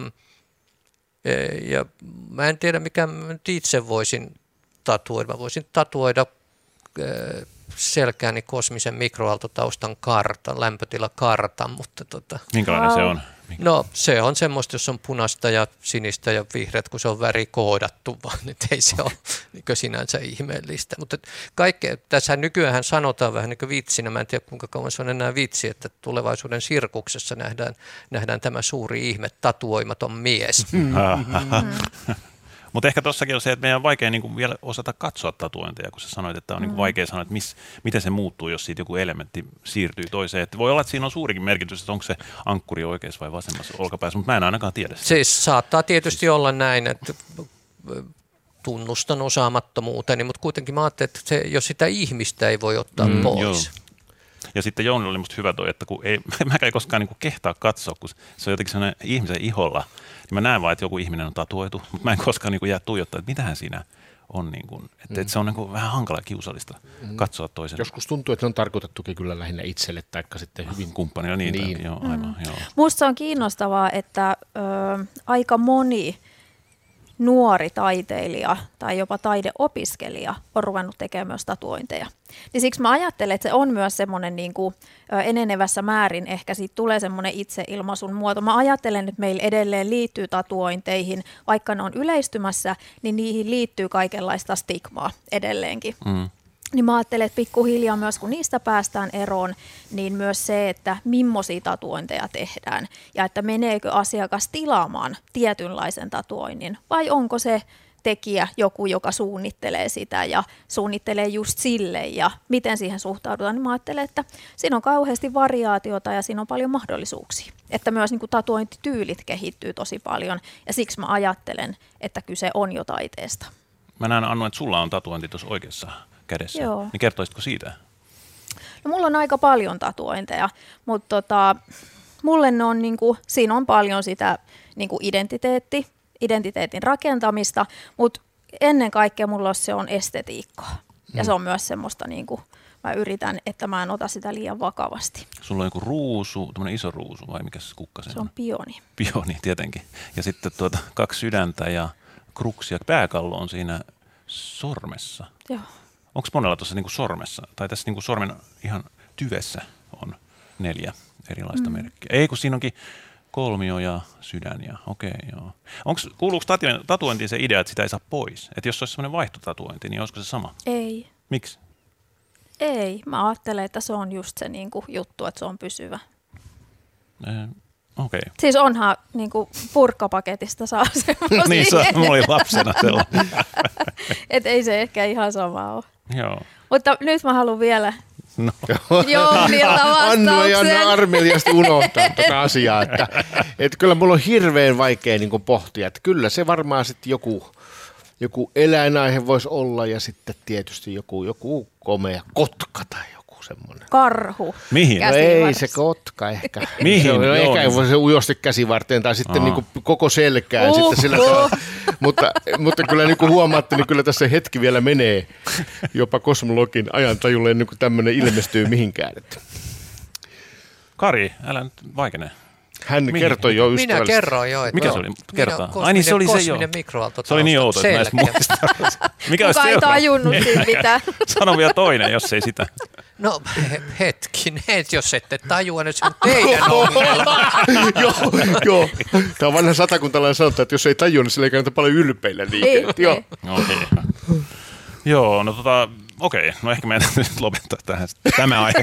ja mä en tiedä, mikä nyt itse voisin tatuoida. Mä voisin tatuoida selkääni kosmisen mikroaaltotaustan kartan, lämpötilakartan, mutta Minkälainen se on? No se on semmoista, jos on punaista ja sinistä ja vihreät, kun se on värikoodattu, vaan nyt ei se ole niin sinänsä ihmeellistä. Mutta kaikkea, tässä nykyään sanotaan vähän niin kuin vitsinä, mä en tiedä kuinka kauan se on enää vitsi, että tulevaisuuden sirkuksessa nähdään tämä suuri ihme, tatuoimaton mies. Mutta ehkä tuossakin on se, että meidän on vaikea niin kuin vielä osata katsoa tatuointeja, kun sä sanoit, että on niin kuin vaikea sanoa, että miten se muuttuu, jos siitä joku elementti siirtyy toiseen. Että voi olla, että siinä on suurikin merkitys, että onko se ankkuri oikeassa vai vasemmassa olkapäässä, mutta mä en ainakaan tiedä sitä. Siis saattaa tietysti olla näin, että tunnustan osaamattomuuteni, mutta kuitenkin mä ajattelin, että jos sitä ihmistä ei voi ottaa pois. Joo. Ja sitten Jounilla oli musta hyvä toi, että kun mä ei koskaan niin kuin kehtaa katsoa, kun se on jotenkin sellainen ihmisen iholla, niin mä näen vaan, että joku ihminen on tatuoitu, mutta mä en koskaan niin kuin jää tuijottaa, että mitähän siinä on, niin kuin, että se on niin kuin vähän hankala ja kiusallista katsoa toisen. Joskus tuntuu, että se on tarkoitettukin kyllä lähinnä itselle, taikka sitten hyvin kumppanilla. Niin. Joo, aivan, joo. Musta se on kiinnostavaa, että aika moni nuori taiteilija tai jopa taideopiskelija on ruvennut tekemään myös tatuointeja. Niin siksi mä ajattelen, että se on myös semmoinen niin kuin enenevässä määrin, ehkä siitä tulee semmoinen itseilmaisun muoto. Mä ajattelen, että meillä edelleen liittyy tatuointeihin, vaikka ne on yleistymässä, niin niihin liittyy kaikenlaista stigmaa edelleenkin. Niin mä ajattelen, että pikkuhiljaa myös kun niistä päästään eroon, niin myös se, että millaisia tatuointeja tehdään ja että meneekö asiakas tilaamaan tietynlaisen tatuoinnin vai onko se tekijä joku, joka suunnittelee sitä ja suunnittelee just sille ja miten siihen suhtaudutaan, niin mä ajattelen, että siinä on kauheasti variaatiota ja siinä on paljon mahdollisuuksia. Että myös niin kuin tatuointityylit kehittyy tosi paljon ja siksi mä ajattelen, että kyse on jo taiteesta. Mä näen, Annu, että sulla on tatuointi tuossa oikeassa kädessä. Joo. Niin kertoisitko siitä? No, mulla on aika paljon tatuointeja, mutta mulle ne on niinku, siinä on paljon sitä niinku identiteetin rakentamista, mutta ennen kaikkea mulla se on estetiikkaa. Ja se on myös semmoista, niinku, mä yritän, että mä en ota sitä liian vakavasti. Sulla on joku ruusu, tämmöinen iso ruusu vai mikä se kukka sen on? Se on pioni. Pioni, tietenkin. Ja sitten 2 sydäntä ja kruksia. Pääkallo on siinä sormessa. Joo. Onko monella tuossa niinku sormessa, tai tässä niinku sormen ihan tyvessä on 4 erilaista merkkiä? Ei, kun siinä onkin kolmio ja sydän ja okei, joo. Kuuluuko tatuointiin se idea, että sitä ei saa pois? Että jos se olisi semmoinen vaihtotatuointi, niin olisiko se sama? Ei. Miksi? Ei, mä ajattelen, että se on just se niinku juttu, että se on pysyvä. Okei. Siis onhan niinku purkkapaketista saa semmoisia. Niin, mulla oli lapsena sellainen. Että ei se ehkä ihan sama ole. Joo. Mutta nyt mä haluan vielä Jounilta vastauksen. Annu ei anna armeliasti unohtaa tuota asiaa. Että kyllä mulla on hirveän vaikea niin kuin pohtia. Että kyllä se varmaan sitten joku eläinaihe voisi olla ja sitten tietysti joku komea kotka tai joku semmoinen. Karhu. Mihin? No ei se kotka ehkä. Mihin? Se on, ehkä se ujosti käsivarteen tai sitten niin kuin koko selkään. Sitten sillä mutta kyllä niin kuin huomaatte, niin kyllä tässä hetki vielä menee jopa kosmologin ajantajulle ennen kuin tämmöinen ilmestyy mihinkään. Kari, älä nyt vaikene. Hän kertoi jo ystävällisesti. Minä kerroin jo. Mikä se oli? Kertaa. Ai niin, se oli se jo. Se oli niin outo, että mä edes muista. Kuka ei tajunnut siitä mitään. Sano vielä toinen, jos ei sitä. No hetkinen, jos ette tajua, niin se on teidän ongelma. Joo. Tämä on vanha satakuntalainen sanonta, että jos ei tajua, niin sillä ei kannata paljon ylpeillä liikkeelle. Joo. Joo, no okei. No ehkä meidän nyt lopettaa tähän tämä aihe.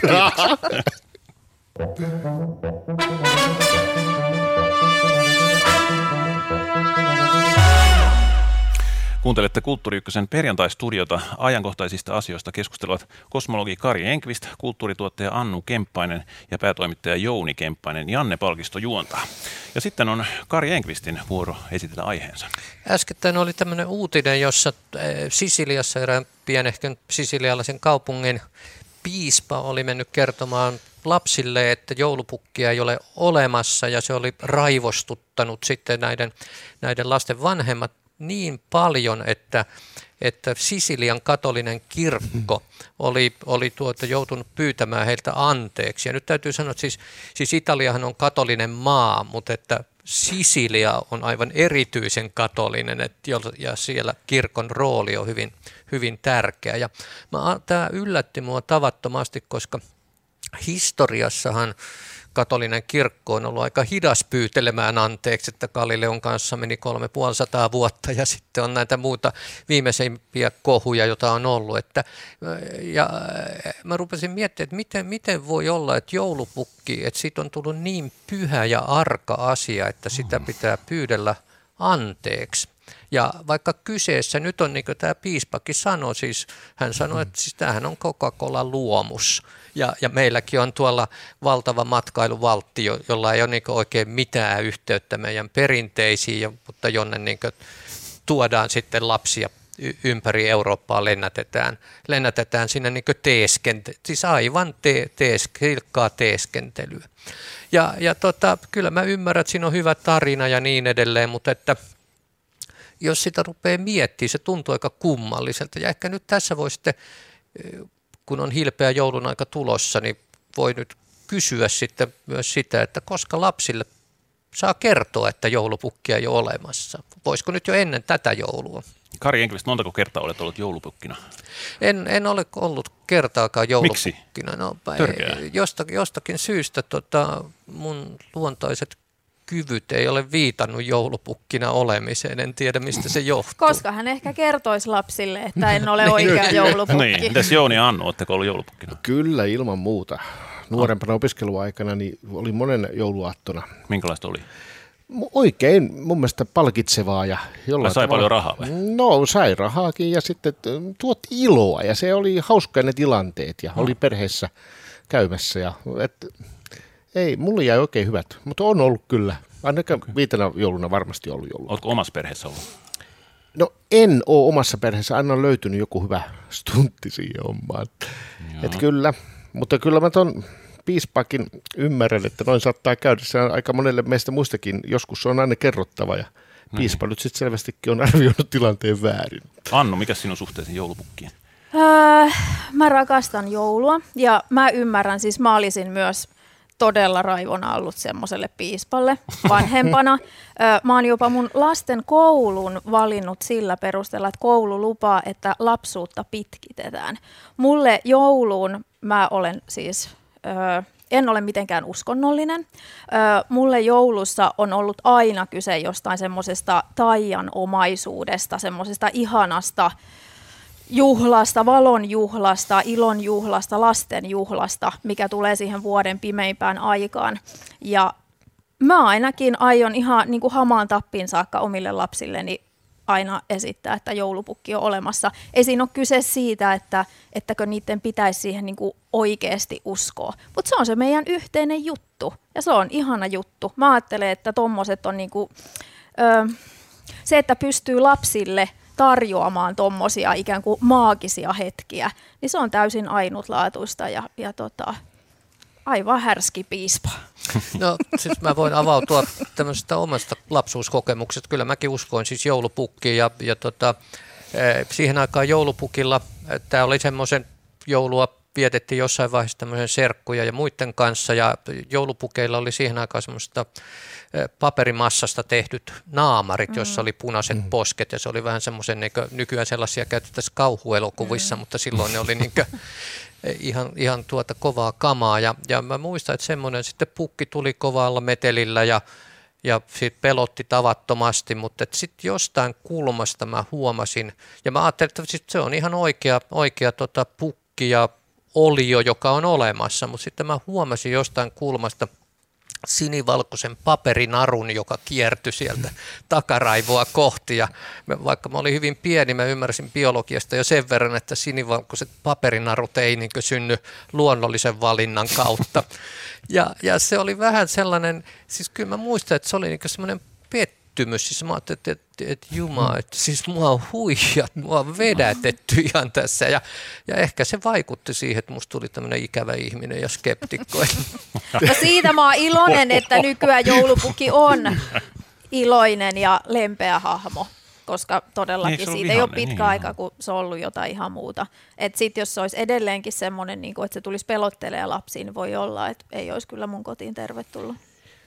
Kuuntelette Kulttuuri Ykkösen perjantaistudiota. Ajankohtaisista asioista keskustelevat kosmologi Kari Enqvist, kulttuurituottaja Annu Kemppainen ja päätoimittaja Jouni Kemppainen. Janne Palkisto juontaa. Ja sitten on Kari Enqvistin vuoro esitellä aiheensa. Äskettäin oli tämmöinen uutinen, jossa Sisiliassa erään pienehkön sisilialaisen kaupungin piispa oli mennyt kertomaan lapsille, että joulupukkia ei ole olemassa ja se oli raivostuttanut sitten näiden lasten vanhemmat niin paljon, että Sisilian katolinen kirkko oli joutunut pyytämään heiltä anteeksi. Ja nyt täytyy sanoa, että siis Italiahan on katolinen maa, mutta että Sisilia on aivan erityisen katolinen ja siellä kirkon rooli on hyvin, hyvin tärkeä. Ja tämä yllätti minua tavattomasti, koska historiassahan katolinen kirkko on ollut aika hidas pyytelemään anteeksi, että Galileon kanssa meni 350 vuotta ja sitten on näitä muuta viimeisimpiä kohuja, joita on ollut. Ja mä rupesin miettimään, että miten voi olla, että joulupukki, että siitä on tullut niin pyhä ja arka asia, että sitä pitää pyydellä anteeksi. Ja vaikka kyseessä nyt on, niin kuin tämä piispakin sanoi, siis hän sanoi, että siis tämähän on Coca-Cola luomus. Ja meilläkin on tuolla valtava matkailuvaltti, jolla ei ole niin oikein mitään yhteyttä meidän perinteisiin, mutta jonne niin tuodaan sitten lapsia ympäri Eurooppaa, lennätetään sinne niin siis aivan silkkaa teeskentelyä. Ja kyllä mä ymmärrän, että siinä on hyvä tarina ja niin edelleen, mutta että jos sitä rupeaa miettimään, se tuntuu aika kummalliselta. Ja ehkä nyt tässä voi sitten, kun on hilpeä joulun aika tulossa, niin voi nyt kysyä sitten myös sitä, että koska lapsille saa kertoa, että joulupukkia ei ole olemassa. Voisiko nyt jo ennen tätä joulua? Kari Enqvist, montako kertaa olet ollut joulupukkina? En ole ollut kertaakaan joulupukkina. Miksi? No, Törkeää. Jostakin syystä mun luontaiset kyvyt ei ole viitannut joulupukkina olemiseen. En tiedä, mistä se johtuu. Koska hän ehkä kertoisi lapsille, että en ole oikea joulupukki. Niin, mitäs Jouni ja Annu, oletteko ollut joulupukkina? Kyllä, ilman muuta. Nuorempana opiskeluaikana niin oli monen jouluaattona. Minkälaista oli? Oikein mun mielestä palkitsevaa. Ja jollain sai paljon rahaa vai? No sai rahaakin ja sitten tuotti iloa ja se oli hauska ne tilanteet ja oli perheessä käymässä. Ei, mulla jäi oikein hyvät, mutta on ollut kyllä. Ainakaan viitenä jouluna varmasti ollut jouluna. Oletko omassa perheessä ollut? No en ole omassa perheessä, aina on löytynyt joku hyvä stuntti siihen hommaan. Että kyllä, mutta kyllä mä ton piispaakin ymmärrän, että noin saattaa käydä. Se on aika monelle meistä muistakin, joskus se on aina kerrottava ja piispa nyt sitten selvästikin on arvioinut tilanteen väärin. Annu, mikä sinun suhteesi joulupukkiin? Mä rakastan joulua ja mä ymmärrän, siis mä olisin myös todella raivona ollut semmoiselle piispalle vanhempana. Mä oon jopa mun lasten koulun valinnut sillä perusteella, että koulu lupaa, että lapsuutta pitkitetään. Mulle jouluun, mä olen siis, en ole mitenkään uskonnollinen. Mulle joulussa on ollut aina kyse jostain semmoisesta taianomaisuudesta, semmoisesta ihanasta juhlasta, valon juhlasta, ilon juhlasta, lasten juhlasta, mikä tulee siihen vuoden pimeimpään aikaan. Ja mä ainakin aion ihan niin kuin hamaan tappiin saakka omille lapsilleni aina esittää, että joulupukki on olemassa. Ei siinä ole kyse siitä, ettäkö niiden pitäisi siihen niin kuin oikeasti uskoa. Mutta se on se meidän yhteinen juttu ja se on ihana juttu. Mä ajattelen, että tommoset on niin kuin, se, että pystyy lapsille tarjoamaan tommosia ikään kuin maagisia hetkiä, niin se on täysin ainutlaatuista ja aivan härski piispa. No siis mä voin avautua tämmöisestä omasta lapsuuskokemuksesta. Kyllä mäkin uskoin siis joulupukkiin ja siihen aikaan joulupukilla, tämä oli semmoisen joulua vietettiin jossain vaiheessa tämmöisen serkkuja ja muiden kanssa ja joulupukeilla oli siihen aikaan semmoista paperimassasta tehdyt naamarit, jossa oli punaiset posket ja se oli vähän semmoisen, niin nykyään sellaisia käytettäisiin kauhuelokuvissa, mutta silloin ne oli niin ihan kovaa kamaa ja mä muistan, että semmoinen sitten pukki tuli kovalla metelillä ja siitä pelotti tavattomasti, mutta sitten jostain kulmasta mä huomasin ja mä ajattelin, että se on ihan oikea pukki ja olio, joka on olemassa, mutta sitten mä huomasin jostain kulmasta sinivalkoisen paperinarun, joka kiertyi sieltä takaraivoa kohti. Ja vaikka mä olin hyvin pieni, mä ymmärsin biologiasta jo sen verran, että sinivalkoiset paperinarut ei niin kuin synny luonnollisen valinnan kautta. Ja se oli vähän sellainen, siis kyllä mä muistan, että se oli niin kuin semmoinen pettymys. Siis mä ajattelin, että jumala, että siis mua on huijat, mua on vedätetty ihan tässä. Ja ehkä se vaikutti siihen, että musta tuli tämmöinen ikävä ihminen ja skeptikko. No siitä mä oon iloinen, että nykyään joulupukki on iloinen ja lempeä hahmo, koska todellakin niin, siitä ei ole pitkä aika, kun se on ollut jotain ihan muuta. Että sitten jos se olisi edelleenkin semmoinen, niin että se tulisi pelottelemaan lapsiin, niin voi olla, että ei olisi kyllä mun kotiin tervetullut.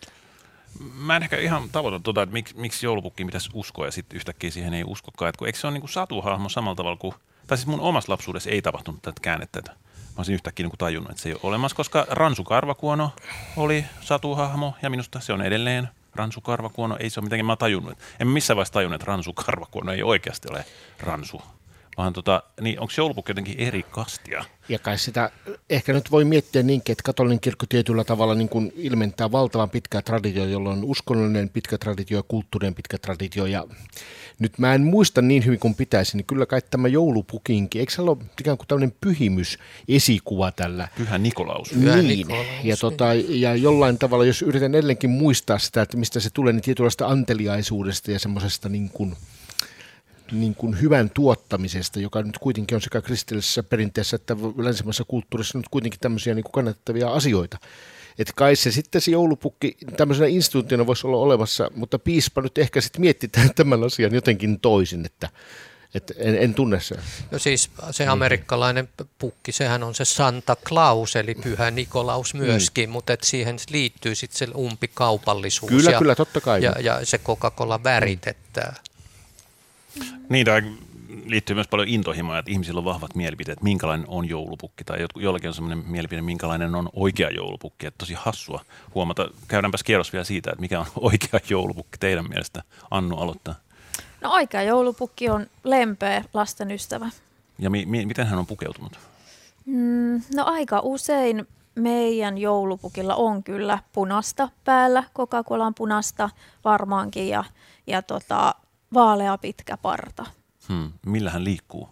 Mä en ehkä ihan tavoita että miksi joulupukkiin pitäisi uskoa ja sitten yhtäkkiä siihen ei uskokaan. Eikö se ole niin kuin satuhahmo samalla tavalla kuin, tai siis mun omassa lapsuudessa ei tapahtunut tätä käännettä. olisin yhtäkkiä niin kuin tajunnut, että se ei ole olemassa, koska Ransu Karvakuono oli satuhahmo ja minusta se on edelleen Ransu Karvakuono. Ei se ole mitenkään, mä oon tajunnut. En missään vaiheessa tajunnut, että Ransu Karvakuono ei oikeasti ole Ransu. Vaan niin onko joulupukki jotenkin eri kastia? Ja kai sitä ehkä nyt voi miettiä niinkin, että katolinen kirkko tietyllä tavalla niin kuin ilmentää valtavan pitkää traditio, jolloin on uskonnollinen pitkä traditio ja kulttuurinen pitkä traditio. Ja nyt mä en muista niin hyvin kuin pitäisi, niin kyllä kai tämä joulupukinkin, eikö se ole ikään kuin tämmöinen pyhimys esikuva tällä? Pyhä Nikolaus. Niin, ja jollain tavalla, jos yritän edelleenkin muistaa sitä, että mistä se tulee, niin tietynlaista anteliaisuudesta ja semmoisesta niin kuin hyvän tuottamisesta, joka nyt kuitenkin on sekä kristillisessä perinteessä että länsimaisessa kulttuurissa nyt kuitenkin tämmöisiä niin kuin kannattavia asioita. Että kai se sitten se joulupukki tämmöisenä instituutiona voisi olla olemassa, mutta piispa nyt ehkä sitten mietitään tämän asian jotenkin toisin, että en tunne sen. No siis se amerikkalainen pukki, sehän on se Santa Claus, eli Pyhä Nikolaus myöskin, mutta et siihen liittyy sitten se umpikaupallisuus. Kyllä, totta kai. Ja se Coca-Cola väritettä. Niin, tämä liittyy myös paljon intohimoja, että ihmisillä on vahvat mielipiteet, minkälainen on joulupukki, tai jollakin on sellainen mielipide, minkälainen on oikea joulupukki. Että tosi hassua huomata. Käydäänpäs kierros vielä siitä, että mikä on oikea joulupukki teidän mielestä. Annu aloittaa. No oikea joulupukki on lempeä lasten ystävä. Ja miten hän on pukeutunut? No aika usein meidän joulupukilla on kyllä punaista päällä, Coca-Colan punaista varmaankin ja vaalea pitkä parta. Millä hän liikkuu?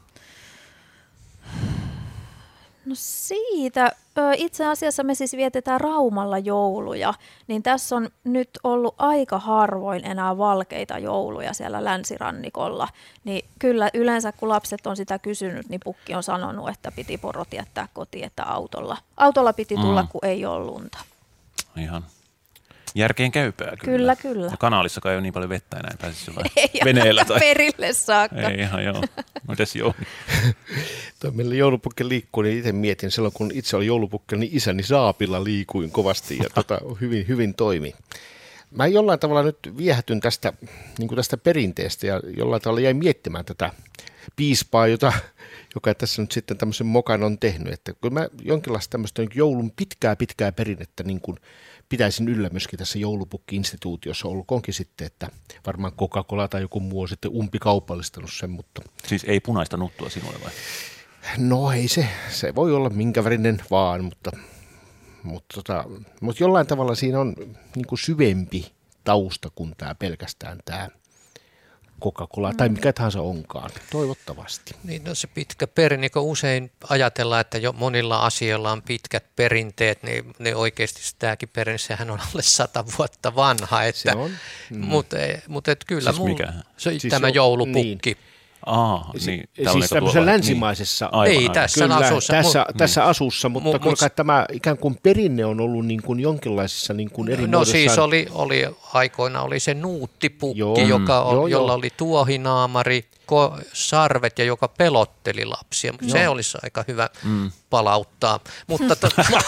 No siitä, itse asiassa me siis vietetään Raumalla jouluja, niin tässä on nyt ollut aika harvoin enää valkeita jouluja siellä länsirannikolla. Niin kyllä yleensä kun lapset on sitä kysynyt, niin pukki on sanonut, että piti porot jättää kotiin, että autolla piti tulla, kun ei ole lunta. Ihan järkeen käypää kyllä. Kyllä. Ja kanaalissakaan ei ole niin paljon vettä enää, pääsisi veneellä tai perille saakka. Ei ihan joo. No mites Jouni? Meillä joulupukki liikkuu, niin itse mietin silloin, kun itse oli joulupukki, niin isäni saapilla liikuin kovasti ja hyvin, hyvin toimi. Mä jollain tavalla nyt viehätyn tästä, niin kuin tästä perinteestä ja jollain tavalla jäin miettimään tätä piispaa, joka tässä nyt sitten tämmöisen mokan on tehnyt. Että kun mä jonkinlaista tämmöistä joulun pitkää perinnettä niin kuin pitäisin yllä myöskin tässä joulupukki-instituutiossa, olkoonkin sitten, että varmaan Coca-Cola tai joku muu on sitten umpikaupallistanut sen, mutta... Siis ei punaista nuttua sinulle vai? No ei se voi olla minkä värinen vaan, mutta jollain tavalla siinä on niin kuin syvempi tausta kuin pelkästään tämä Coca-Cola tai mikä tahansa onkaan, toivottavasti. Niin, no se pitkä perinne, kun usein ajatellaan, että jo monilla asioilla on pitkät perinteet, niin ne oikeasti tämäkin perinne, sehän on alle 100 vuotta vanha. Että, se on. Mutta kyllä siis mikä? Siis tämä joulupukki. Niin. Niin. Siis tämmöisessä länsimaisessa Ei, tässä asussa. Tässä asussa, mutta kyllä tämä ikään kuin perinne on ollut niin kuin jonkinlaisissa niin kuin eri No siis oli aikoina oli se nuuttipukki, jolla oli tuohinaamari, sarvet ja joka pelotteli lapsia. Se olisi aika hyvä palauttaa. Mutta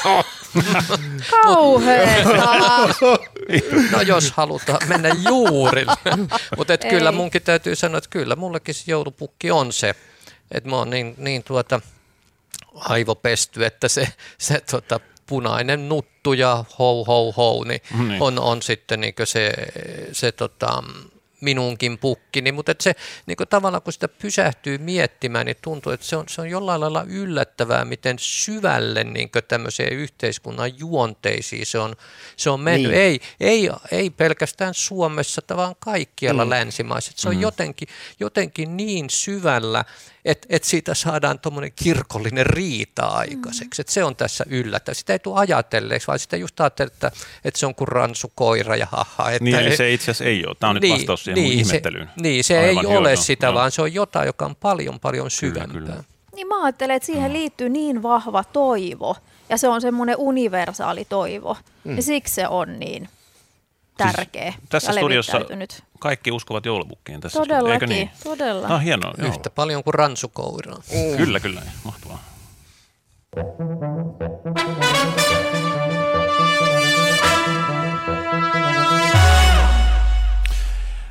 kauheeta! No jos halutaan mennä juurille. Mutta kyllä munkin täytyy sanoa, että kyllä mullekin se joulupukki on se. Että mä oon niin aivopesty, että se punainen nuttu ja hou, niin on sitten niin se minunkin pukkini, mutta se niin tavallaan kun sitä pysähtyy miettimään, niin tuntuu, että se on jollain lailla yllättävää, miten syvälle niin tämmöiseen yhteiskunnan juonteisiin se on mennyt. Niin. Ei pelkästään Suomessa, vaan kaikkialla länsimaissa. Se on jotenkin niin syvällä, että siitä saadaan tuommoinen kirkollinen riita aikaiseksi. Että se on tässä yllättävää. Sitä ei tule ajatelleeksi, vaan sitä just ajattelee, että se on kuin ransukoira ja haha. Että niin, se itse asiassa ei ole. Tämä on nyt vastaus siihen mun ihmettelyyn. Se ei ole sitä, vaan se on jotain, joka on paljon syvempää. Kyllä. Niin mä ajattelen, että siihen liittyy niin vahva toivo, ja se on semmoinen universaali toivo, ja siksi se on niin tärkeä siis tässä studiossa kaikki uskovat joulupukkiin tässä. Todellakin, eikö niin? todella. Hienoa. Yhtä paljon kuin ransukoiraa. Kyllä, mahtavaa.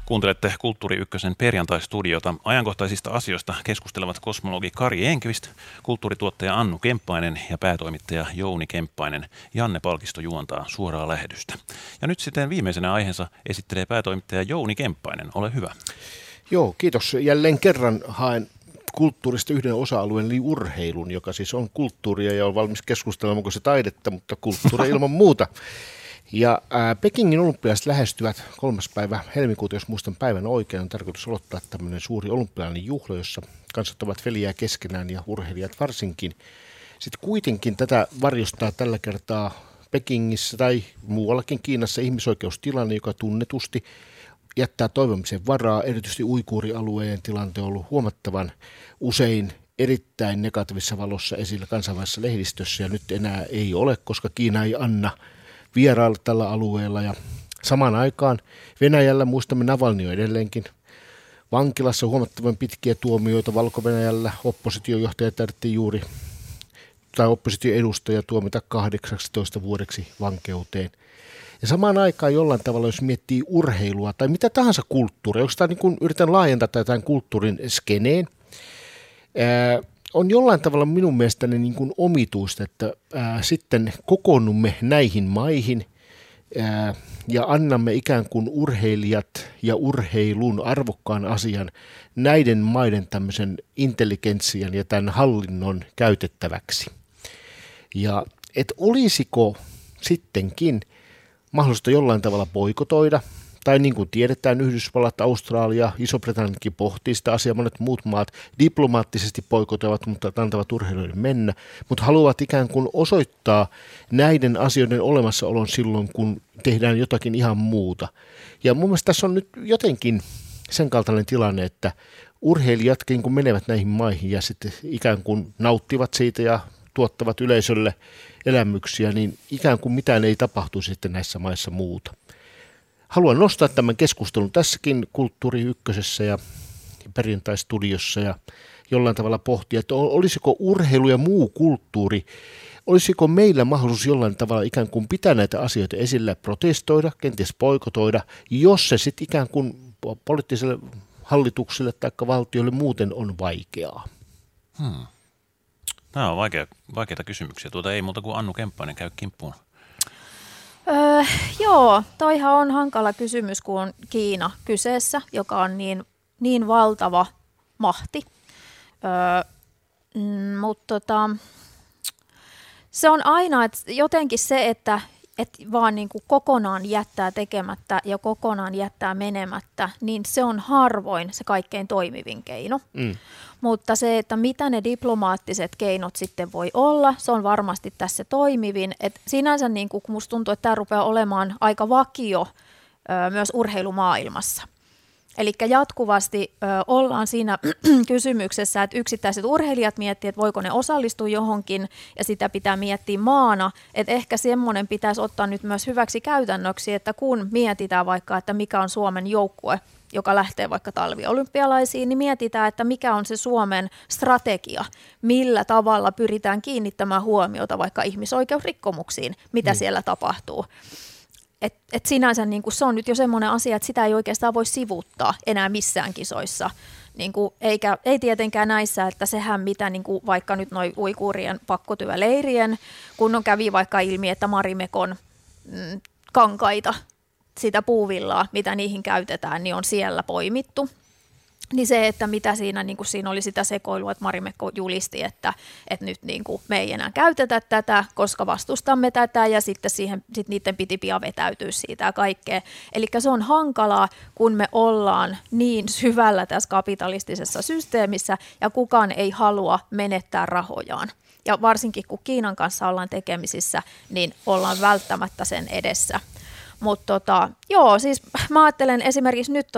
Kuuntelette Kulttuuri Ykkösen perjantaistudiota. Ajankohtaisista asioista keskustelevat kosmologi Kari Enqvist, kulttuurituottaja Annu Kemppainen ja päätoimittaja Jouni Kemppainen. Janne Palkisto juontaa suoraa lähetystä. Ja nyt sitten viimeisenä aiheensa esittelee päätoimittaja Jouni Kemppainen. Ole hyvä. Joo, kiitos. Jälleen kerran haen kulttuurista yhden osa-alueen, eli urheilun, joka siis on kulttuuria ja on valmis keskustelemaan, onko se taidetta, mutta kulttuuria ilman muuta. Ja Pekingin olympialaiset lähestyvät 3. päivä helmikuuta, jos muistan päivän oikein, on tarkoitus aloittaa tämmöinen suuri olympialainen juhla, jossa kansat ovat veljää keskenään ja urheilijat varsinkin. Sitten kuitenkin tätä varjostaa tällä kertaa Pekingissä tai muuallakin Kiinassa ihmisoikeustilanne, joka tunnetusti jättää toivomisen varaa. Erityisesti uiguurialueen tilanne on ollut huomattavan usein erittäin negatiivisessa valossa esillä kansainvälisessä lehdistössä ja nyt enää ei ole, koska Kiina ei anna vierailla tällä alueella. Ja samaan aikaan Venäjällä, muistamme Navalny edelleenkin vankilassa huomattavan pitkiä tuomioita. Valko-Venäjällä oppositiojohtaja tarvittiin juuri, tai oppositioedustaja tuomita 18 vuodeksi vankeuteen. Ja samaan aikaan jollain tavalla, jos miettii urheilua tai mitä tahansa kulttuuria, onko tämä niin kuin yritän laajentaa tämän kulttuurin skeneen, on jollain tavalla minun mielestäni niin kuin omituista, että sitten kokoonnumme näihin maihin ja annamme ikään kuin urheilijat ja urheilun arvokkaan asian näiden maiden tämmöisen intelligentsian ja tämän hallinnon käytettäväksi. Ja et olisiko sittenkin mahdollista jollain tavalla boikotoida, tai niin kuin tiedetään, Yhdysvallat, Australia, Iso-Britanniakin pohtii sitä asiaa, monet muut maat diplomaattisesti boikotoivat, mutta antavat urheilijoiden mennä, mutta haluavat ikään kuin osoittaa näiden asioiden olemassaolon silloin, kun tehdään jotakin ihan muuta. Ja mun mielestä tässä on nyt jotenkin sen kaltainen tilanne, että urheilijatkin kun menevät näihin maihin ja sitten ikään kuin nauttivat siitä ja tuottavat yleisölle elämyksiä, niin ikään kuin mitään ei tapahtu sitten näissä maissa muuta. Haluan nostaa tämän keskustelun tässäkin Kulttuuri Ykkösessä ja perjantaistudiossa ja jollain tavalla pohtia, että olisiko urheilu ja muu kulttuuri, olisiko meillä mahdollisuus jollain tavalla ikään kuin pitää näitä asioita esillä, protestoida, kenties boikotoida, jos se sitten ikään kuin poliittiselle hallitukselle tai valtiolle muuten on vaikeaa. Nämä on vaikeita kysymyksiä. Ei muuta kuin Annu Kemppainen käy kimppuun. Joo, toihan on hankala kysymys, kun on Kiina kyseessä, joka on niin valtava mahti. Mutta se on aina että jotenkin se, että vaan niin kuin kokonaan jättää tekemättä ja kokonaan jättää menemättä, niin se on harvoin se kaikkein toimivin keino. Mutta se, että mitä ne diplomaattiset keinot sitten voi olla, se on varmasti tässä toimivin. Et sinänsä niin kuin musta tuntuu, että tämä rupeaa olemaan aika vakio myös urheilumaailmassa. Eli jatkuvasti ollaan siinä kysymyksessä, että yksittäiset urheilijat miettii, että voiko ne osallistua johonkin, ja sitä pitää miettiä maana. Että ehkä semmoinen pitäisi ottaa nyt myös hyväksi käytännöksi, että kun mietitään vaikka, että mikä on Suomen joukkue, joka lähtee vaikka talviolympialaisiin, niin mietitään, että mikä on se Suomen strategia, millä tavalla pyritään kiinnittämään huomiota vaikka ihmisoikeusrikkomuksiin, mitä siellä tapahtuu. Et sinänsä niin se on nyt jo semmoinen asia, että sitä ei oikeastaan voi sivuuttaa enää missään kisoissa. Ei tietenkään näissä, että sehän mitä vaikka nyt noi uiguurien pakkotyöleirien, kun on kävi vaikka ilmi, että Marimekon kankaita, sitä puuvillaa, mitä niihin käytetään, niin on siellä poimittu. Niin se, että mitä siinä, siinä oli sitä sekoilua, että Marimekko julisti, että nyt me ei enää käytetä tätä, koska vastustamme tätä ja sitten niiden piti pian vetäytyä siitä ja kaikkea. Eli se on hankalaa, kun me ollaan niin syvällä tässä kapitalistisessa systeemissä ja kukaan ei halua menettää rahojaan. Ja varsinkin kun Kiinan kanssa ollaan tekemisissä, niin ollaan välttämättä sen edessä. Mutta siis mä ajattelen esimerkiksi nyt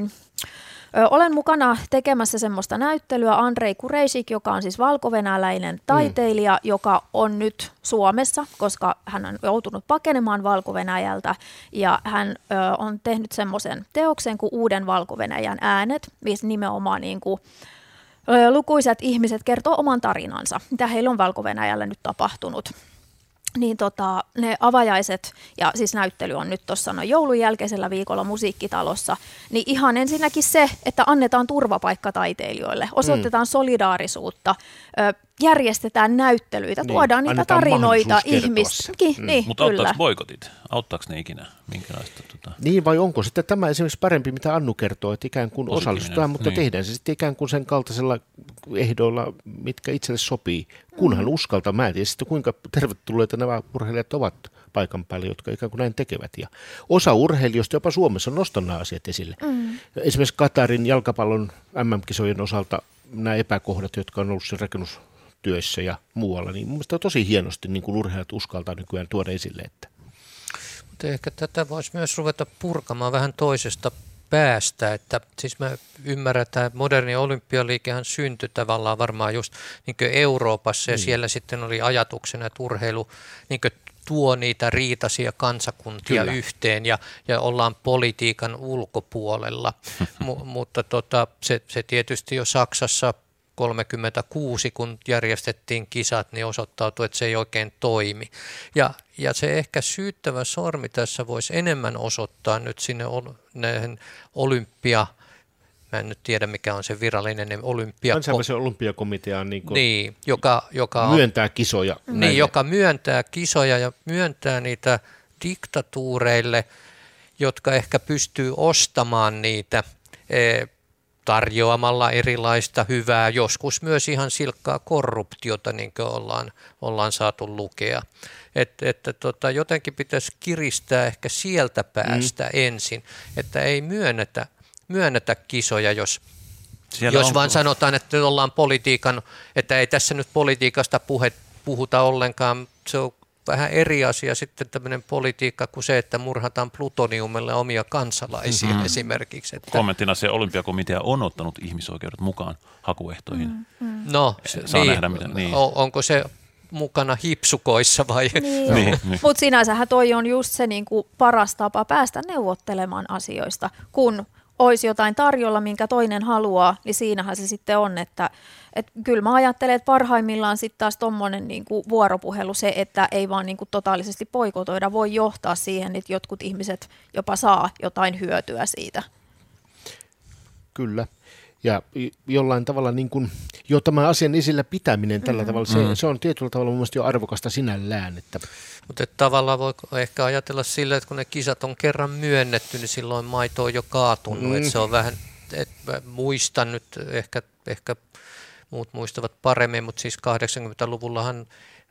olen mukana tekemässä semmoista näyttelyä Andrei Kureisik, joka on siis valkovenäläinen taiteilija, joka on nyt Suomessa, koska hän on joutunut pakenemaan Valko-Venäjältä ja hän on tehnyt semmoisen teoksen kuin Uuden Valko-Venäjän äänet, missä nimenomaan lukuisat ihmiset kertoo oman tarinansa, mitä heillä on Valko-Venäjällä nyt tapahtunut. niin ne avajaiset, ja siis näyttely on nyt tuossa joulun jälkeisellä viikolla Musiikkitalossa, niin ihan ensinnäkin se, että annetaan turvapaikka taiteilijoille, osoitetaan solidaarisuutta, järjestetään näyttelyitä, tuodaan niitä tarinoita ihmisiin. Niin, mutta auttaako boikotit? Auttaako ne ikinä? Minkälaista, Niin, vai onko sitten tämä esimerkiksi parempi, mitä Annu kertoo, että ikään kuin osallistutaan, mutta tehdään se sitten ikään kuin sen kaltaisella ehdoilla, mitkä itselle sopii, kunhan uskaltaa. Mä en tiedä sitten, kuinka tervetulleita nämä urheilijat ovat paikan päällä, jotka ikään kuin näin tekevät. Ja osa urheilijoista jopa Suomessa on nostanut nämä asiat esille. Esimerkiksi Katarin jalkapallon MM-kisojen osalta nämä epäkohdat, jotka on ollut sen rakennustyössä ja muualla, niin mun mielestä on tosi hienosti niin kuin urheilijat uskaltaa nykyään tuoda esille. Että. Mutta ehkä tätä voisi myös ruveta purkamaan vähän toisesta päästä, että siis mä ymmärrän, että moderni olympialiikehän syntyi tavallaan varmaan just niin kuin Euroopassa ja siellä sitten oli ajatuksena, että urheilu niin kuin tuo niitä riitaisia kansakuntia yhteen ja ollaan politiikan ulkopuolella, mutta se tietysti jo Saksassa 1936, kun järjestettiin kisat, niin osoittautui, että se ei oikein toimi. Ja se ehkä syyttävä sormi tässä voisi enemmän osoittaa nyt sinne näihin mä en nyt tiedä mikä on se virallinen kansainvälisen olympiakomitean niin, joka myöntää kisoja. Niin, joka myöntää kisoja ja myöntää niitä diktatuureille, jotka ehkä pystyy ostamaan niitä tarjoamalla erilaista hyvää, joskus myös ihan silkkaa korruptiota, niin kuin ollaan saatu lukea. Että jotenkin pitäisi kiristää ehkä sieltä päästä ensin, että ei myönnetä kisoja, jos vaan sanotaan, että ollaan politiikan, että ei tässä nyt politiikasta puhuta ollenkaan. Se on vähän eri asia sitten tämmöinen politiikka kuin se, että murhataan plutoniumille omia kansalaisia esimerkiksi. Että. Kommenttina se olympiakomitea on ottanut ihmisoikeudet mukaan hakuehtoihin. No, saa nähdä, niin. Onko se mukana hipsukoissa vai? Niin. Mutta sinänsähän toi on just se niinku paras tapa päästä neuvottelemaan asioista, kun olisi jotain tarjolla, minkä toinen haluaa, niin siinähän se sitten on, että kyllä mä ajattelen, että parhaimmillaan sitten taas tommoinen niinku vuoropuhelu, se, että ei vaan niinku totaalisesti boikotoida, voi johtaa siihen, että jotkut ihmiset jopa saa jotain hyötyä siitä. Kyllä. Ja jollain tavalla niin kuin, jo tämän asian esillä pitäminen tällä tavalla, se on tietyllä tavalla mun mielestä jo arvokasta sinällään. Mutta tavallaan voi ehkä ajatella sillä, että kun ne kisat on kerran myönnetty, niin silloin maito on jo kaatunut. Että se on vähän, muistan nyt, ehkä muut muistavat paremmin, mutta siis 80-luvullahan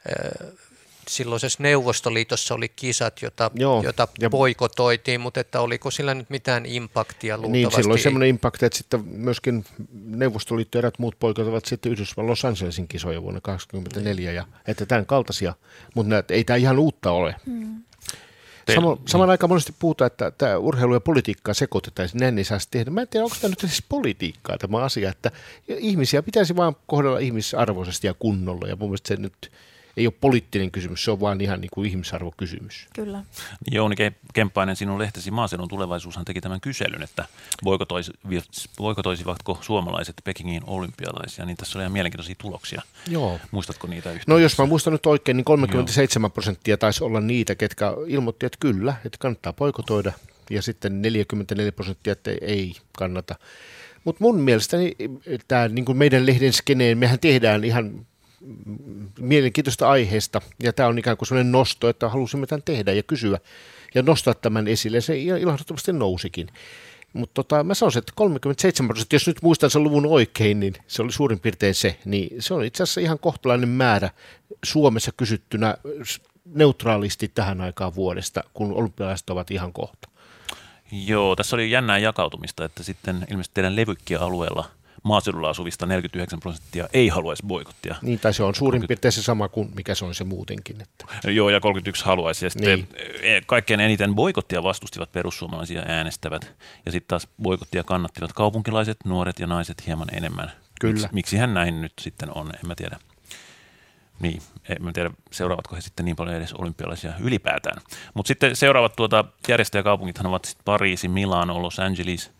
silloisessa Neuvostoliitossa oli kisat, jota boikotoitiin, mutta että oliko sillä nyt mitään impaktia luultavasti? Niin, sillä oli semmoinen impakti, että sitten myöskin Neuvostoliitto ja erät muut boikotoivat sitten Yhdysvallan Los Angelesin kisoja vuonna 1984, ja että tämän kaltaisia, mutta ei tämä ihan uutta ole. Samaan aikaan monesti puhutaan, että tämä urheilu ja politiikkaa sekoitetaan, näin ei saisi tehdä. Mä en tiedä, onko tämä nyt siis politiikkaa tämä asia, että ihmisiä pitäisi vaan kohdella ihmisarvoisesti ja kunnolla, ja mun mielestä se nyt ei ole poliittinen kysymys, se on vaan ihan niin kuin ihmisarvokysymys. Kyllä. Jouni Kemppainen, sinun lehtesi Maaseudun Tulevaisuushan teki tämän kyselyn, että boikotoisivatko suomalaiset Pekingin olympialaisia, niin tässä oli ihan mielenkiintoisia tuloksia. Joo. Muistatko niitä yhtään? No jos mä muistan nyt oikein, niin 37% taisi olla niitä, ketkä ilmoitti, että kyllä, että kannattaa boikotoida, ja sitten 44%, että ei kannata. Mutta mun mielestäni tämä niin kuin meidän lehden skeneen, mehän tehdään ihan mielenkiintoista aiheesta, ja tämä on ikään kuin sellainen nosto, että halusimme tämän tehdä ja kysyä ja nostaa tämän esille, se ilahduttavasti nousikin. Mutta mä sanoisin, että 37%, jos nyt muistan sen luvun oikein, niin se oli suurin piirtein se, niin se on itse asiassa ihan kohtalainen määrä Suomessa kysyttynä neutraalisti tähän aikaan vuodesta, kun olympialaiset ovat ihan kohta. Joo, tässä oli jännää jakautumista, että sitten ilmeisesti teidän levykkialueella maaseudulla asuvista 49% ei haluaisi boikottia. Niin, tai se on suurin piirtein se sama kuin mikä se on se muutenkin. Että. Joo, ja 31 haluaisi. Ja sitten kaikkein eniten boikottia vastustivat perussuomalaisia äänestävät. Ja sitten taas boikottia kannattivat kaupunkilaiset, nuoret ja naiset hieman enemmän. Kyllä. Miksihän näin nyt sitten on, en mä tiedä. Niin, en mä tiedä, seuraavatko he sitten niin paljon edes olympialaisia ylipäätään. Mutta sitten seuraavat järjestäjäkaupungithan ovat Pariisi, Milano, Los Angeles,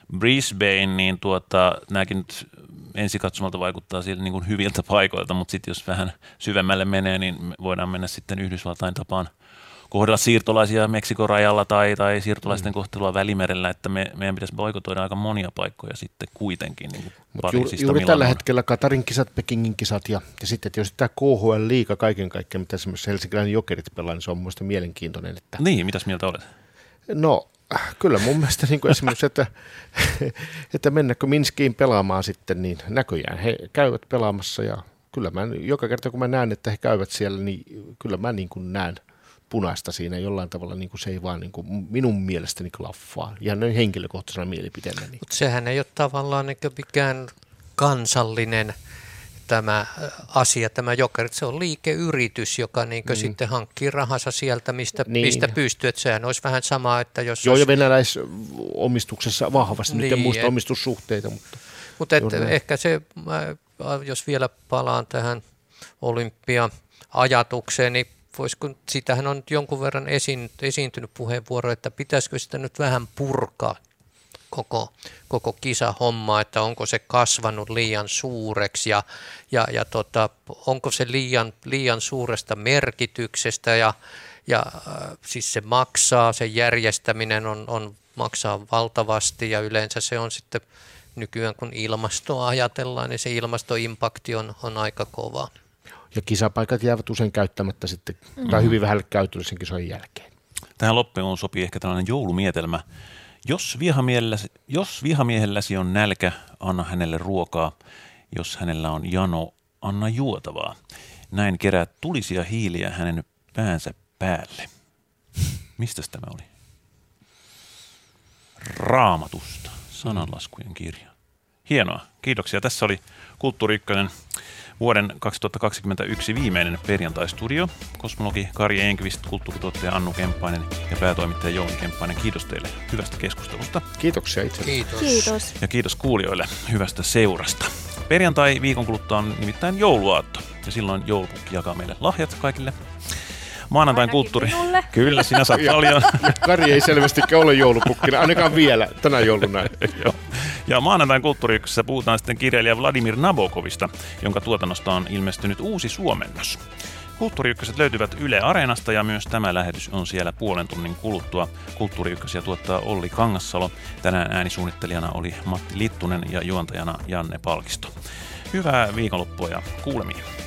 Brisbane, niin nämäkin nyt ensikatsomalta vaikuttaa siltä niin kuin hyviltä paikoilta, mutta sitten jos vähän syvemmälle menee, niin voidaan mennä sitten Yhdysvaltain tapaan kohdella siirtolaisia Meksikon rajalla tai siirtolaisten kohtelua Välimerellä, että meidän pitäisi boikotoida aika monia paikkoja sitten kuitenkin. Niin juuri tällä hetkellä Katarin kisat, Pekingin kisat ja sitten tietysti tämä KHL-liiga kaiken kaikkiaan, mitä esimerkiksi helsinkiläinen Jokerit pelaa, niin se on mielestäni mielenkiintoinen. Että... Niin, mitäs mieltä olet? No kyllä mun mielestä niin kuin esimerkiksi, että mennäkö Minskiin pelaamaan sitten, niin näköjään he käyvät pelaamassa ja kyllä mä joka kerta kun mä näen, että he käyvät siellä, niin kyllä mä niin kuin näen punaista siinä jollain tavalla, niin kuin se ei vaan niin kuin minun mielestäni klaffaa, ihan noin henkilökohtaisena mielipiteenä. Niin. Mutta sehän ei ole tavallaan niin mikään kansallinen tämä asia, tämä Jokerit, se on liikeyritys, joka niin sitten hankkii rahansa sieltä, mistä pystyy, että sehän olisi vähän sama, että jos... Joo, ja venäläisomistuksessa vahvasti, niin, muista omistussuhteita, mutta ehkä se, jos vielä palaan tähän olympia-ajatukseen, niin voisiko, sitähän on jonkun verran esiintynyt puheenvuoro, että pitäisikö sitä nyt vähän purkaa koko kisahomma, että onko se kasvanut liian suureksi ja onko se liian suuresta merkityksestä ja siis se maksaa, sen järjestäminen maksaa valtavasti ja yleensä se on sitten nykyään kun ilmastoa ajatellaan, niin se ilmastoimpakti on aika kova. Ja kisapaikat jäävät usein käyttämättä sitten, tai hyvin vähälle käytölle sen kisojen jälkeen. Tähän loppuun sopii ehkä tällainen joulumietelmä. Jos vihamiehelläsi on nälkä, anna hänelle ruokaa. Jos hänellä on jano, anna juotavaa. Näin keräät tulisia hiiliä hänen päänsä päälle. Mistäs tämä oli? Raamatusta, sananlaskujen kirja. Hienoa, kiitoksia. Tässä oli Kulttuuri Ykkönen vuoden 2021 viimeinen perjantaistudio. Kosmologi Kari Enqvist, kulttuurituottaja Annu Kemppainen ja päätoimittaja Jouni Kemppainen. Kiitos teille hyvästä keskustelusta. Kiitoksia itse. Kiitos. Ja kiitos kuulijoille hyvästä seurasta. Perjantai viikon kuluttua on nimittäin jouluaatto ja silloin joulupukki jakaa meille lahjat kaikille. Maanantain kulttuuri. Minulle. Kyllä, sinä saat paljon. Kari ei selvästikään ole joulupukkina, ainakaan vielä tänä jouluna. Ja maanantain kulttuuri-ykkösessä puhutaan sitten kirjailija Vladimir Nabokovista, jonka tuotannosta on ilmestynyt uusi suomennos. Kulttuuri-ykköset löytyvät Yle Areenasta ja myös tämä lähetys on siellä puolen tunnin kuluttua. Kulttuuri-ykkösiä tuottaa Olli Kangassalo. Tänään äänisuunnittelijana oli Matti Littunen ja juontajana Janne Palkisto. Hyvää viikonloppua ja kuulemiin.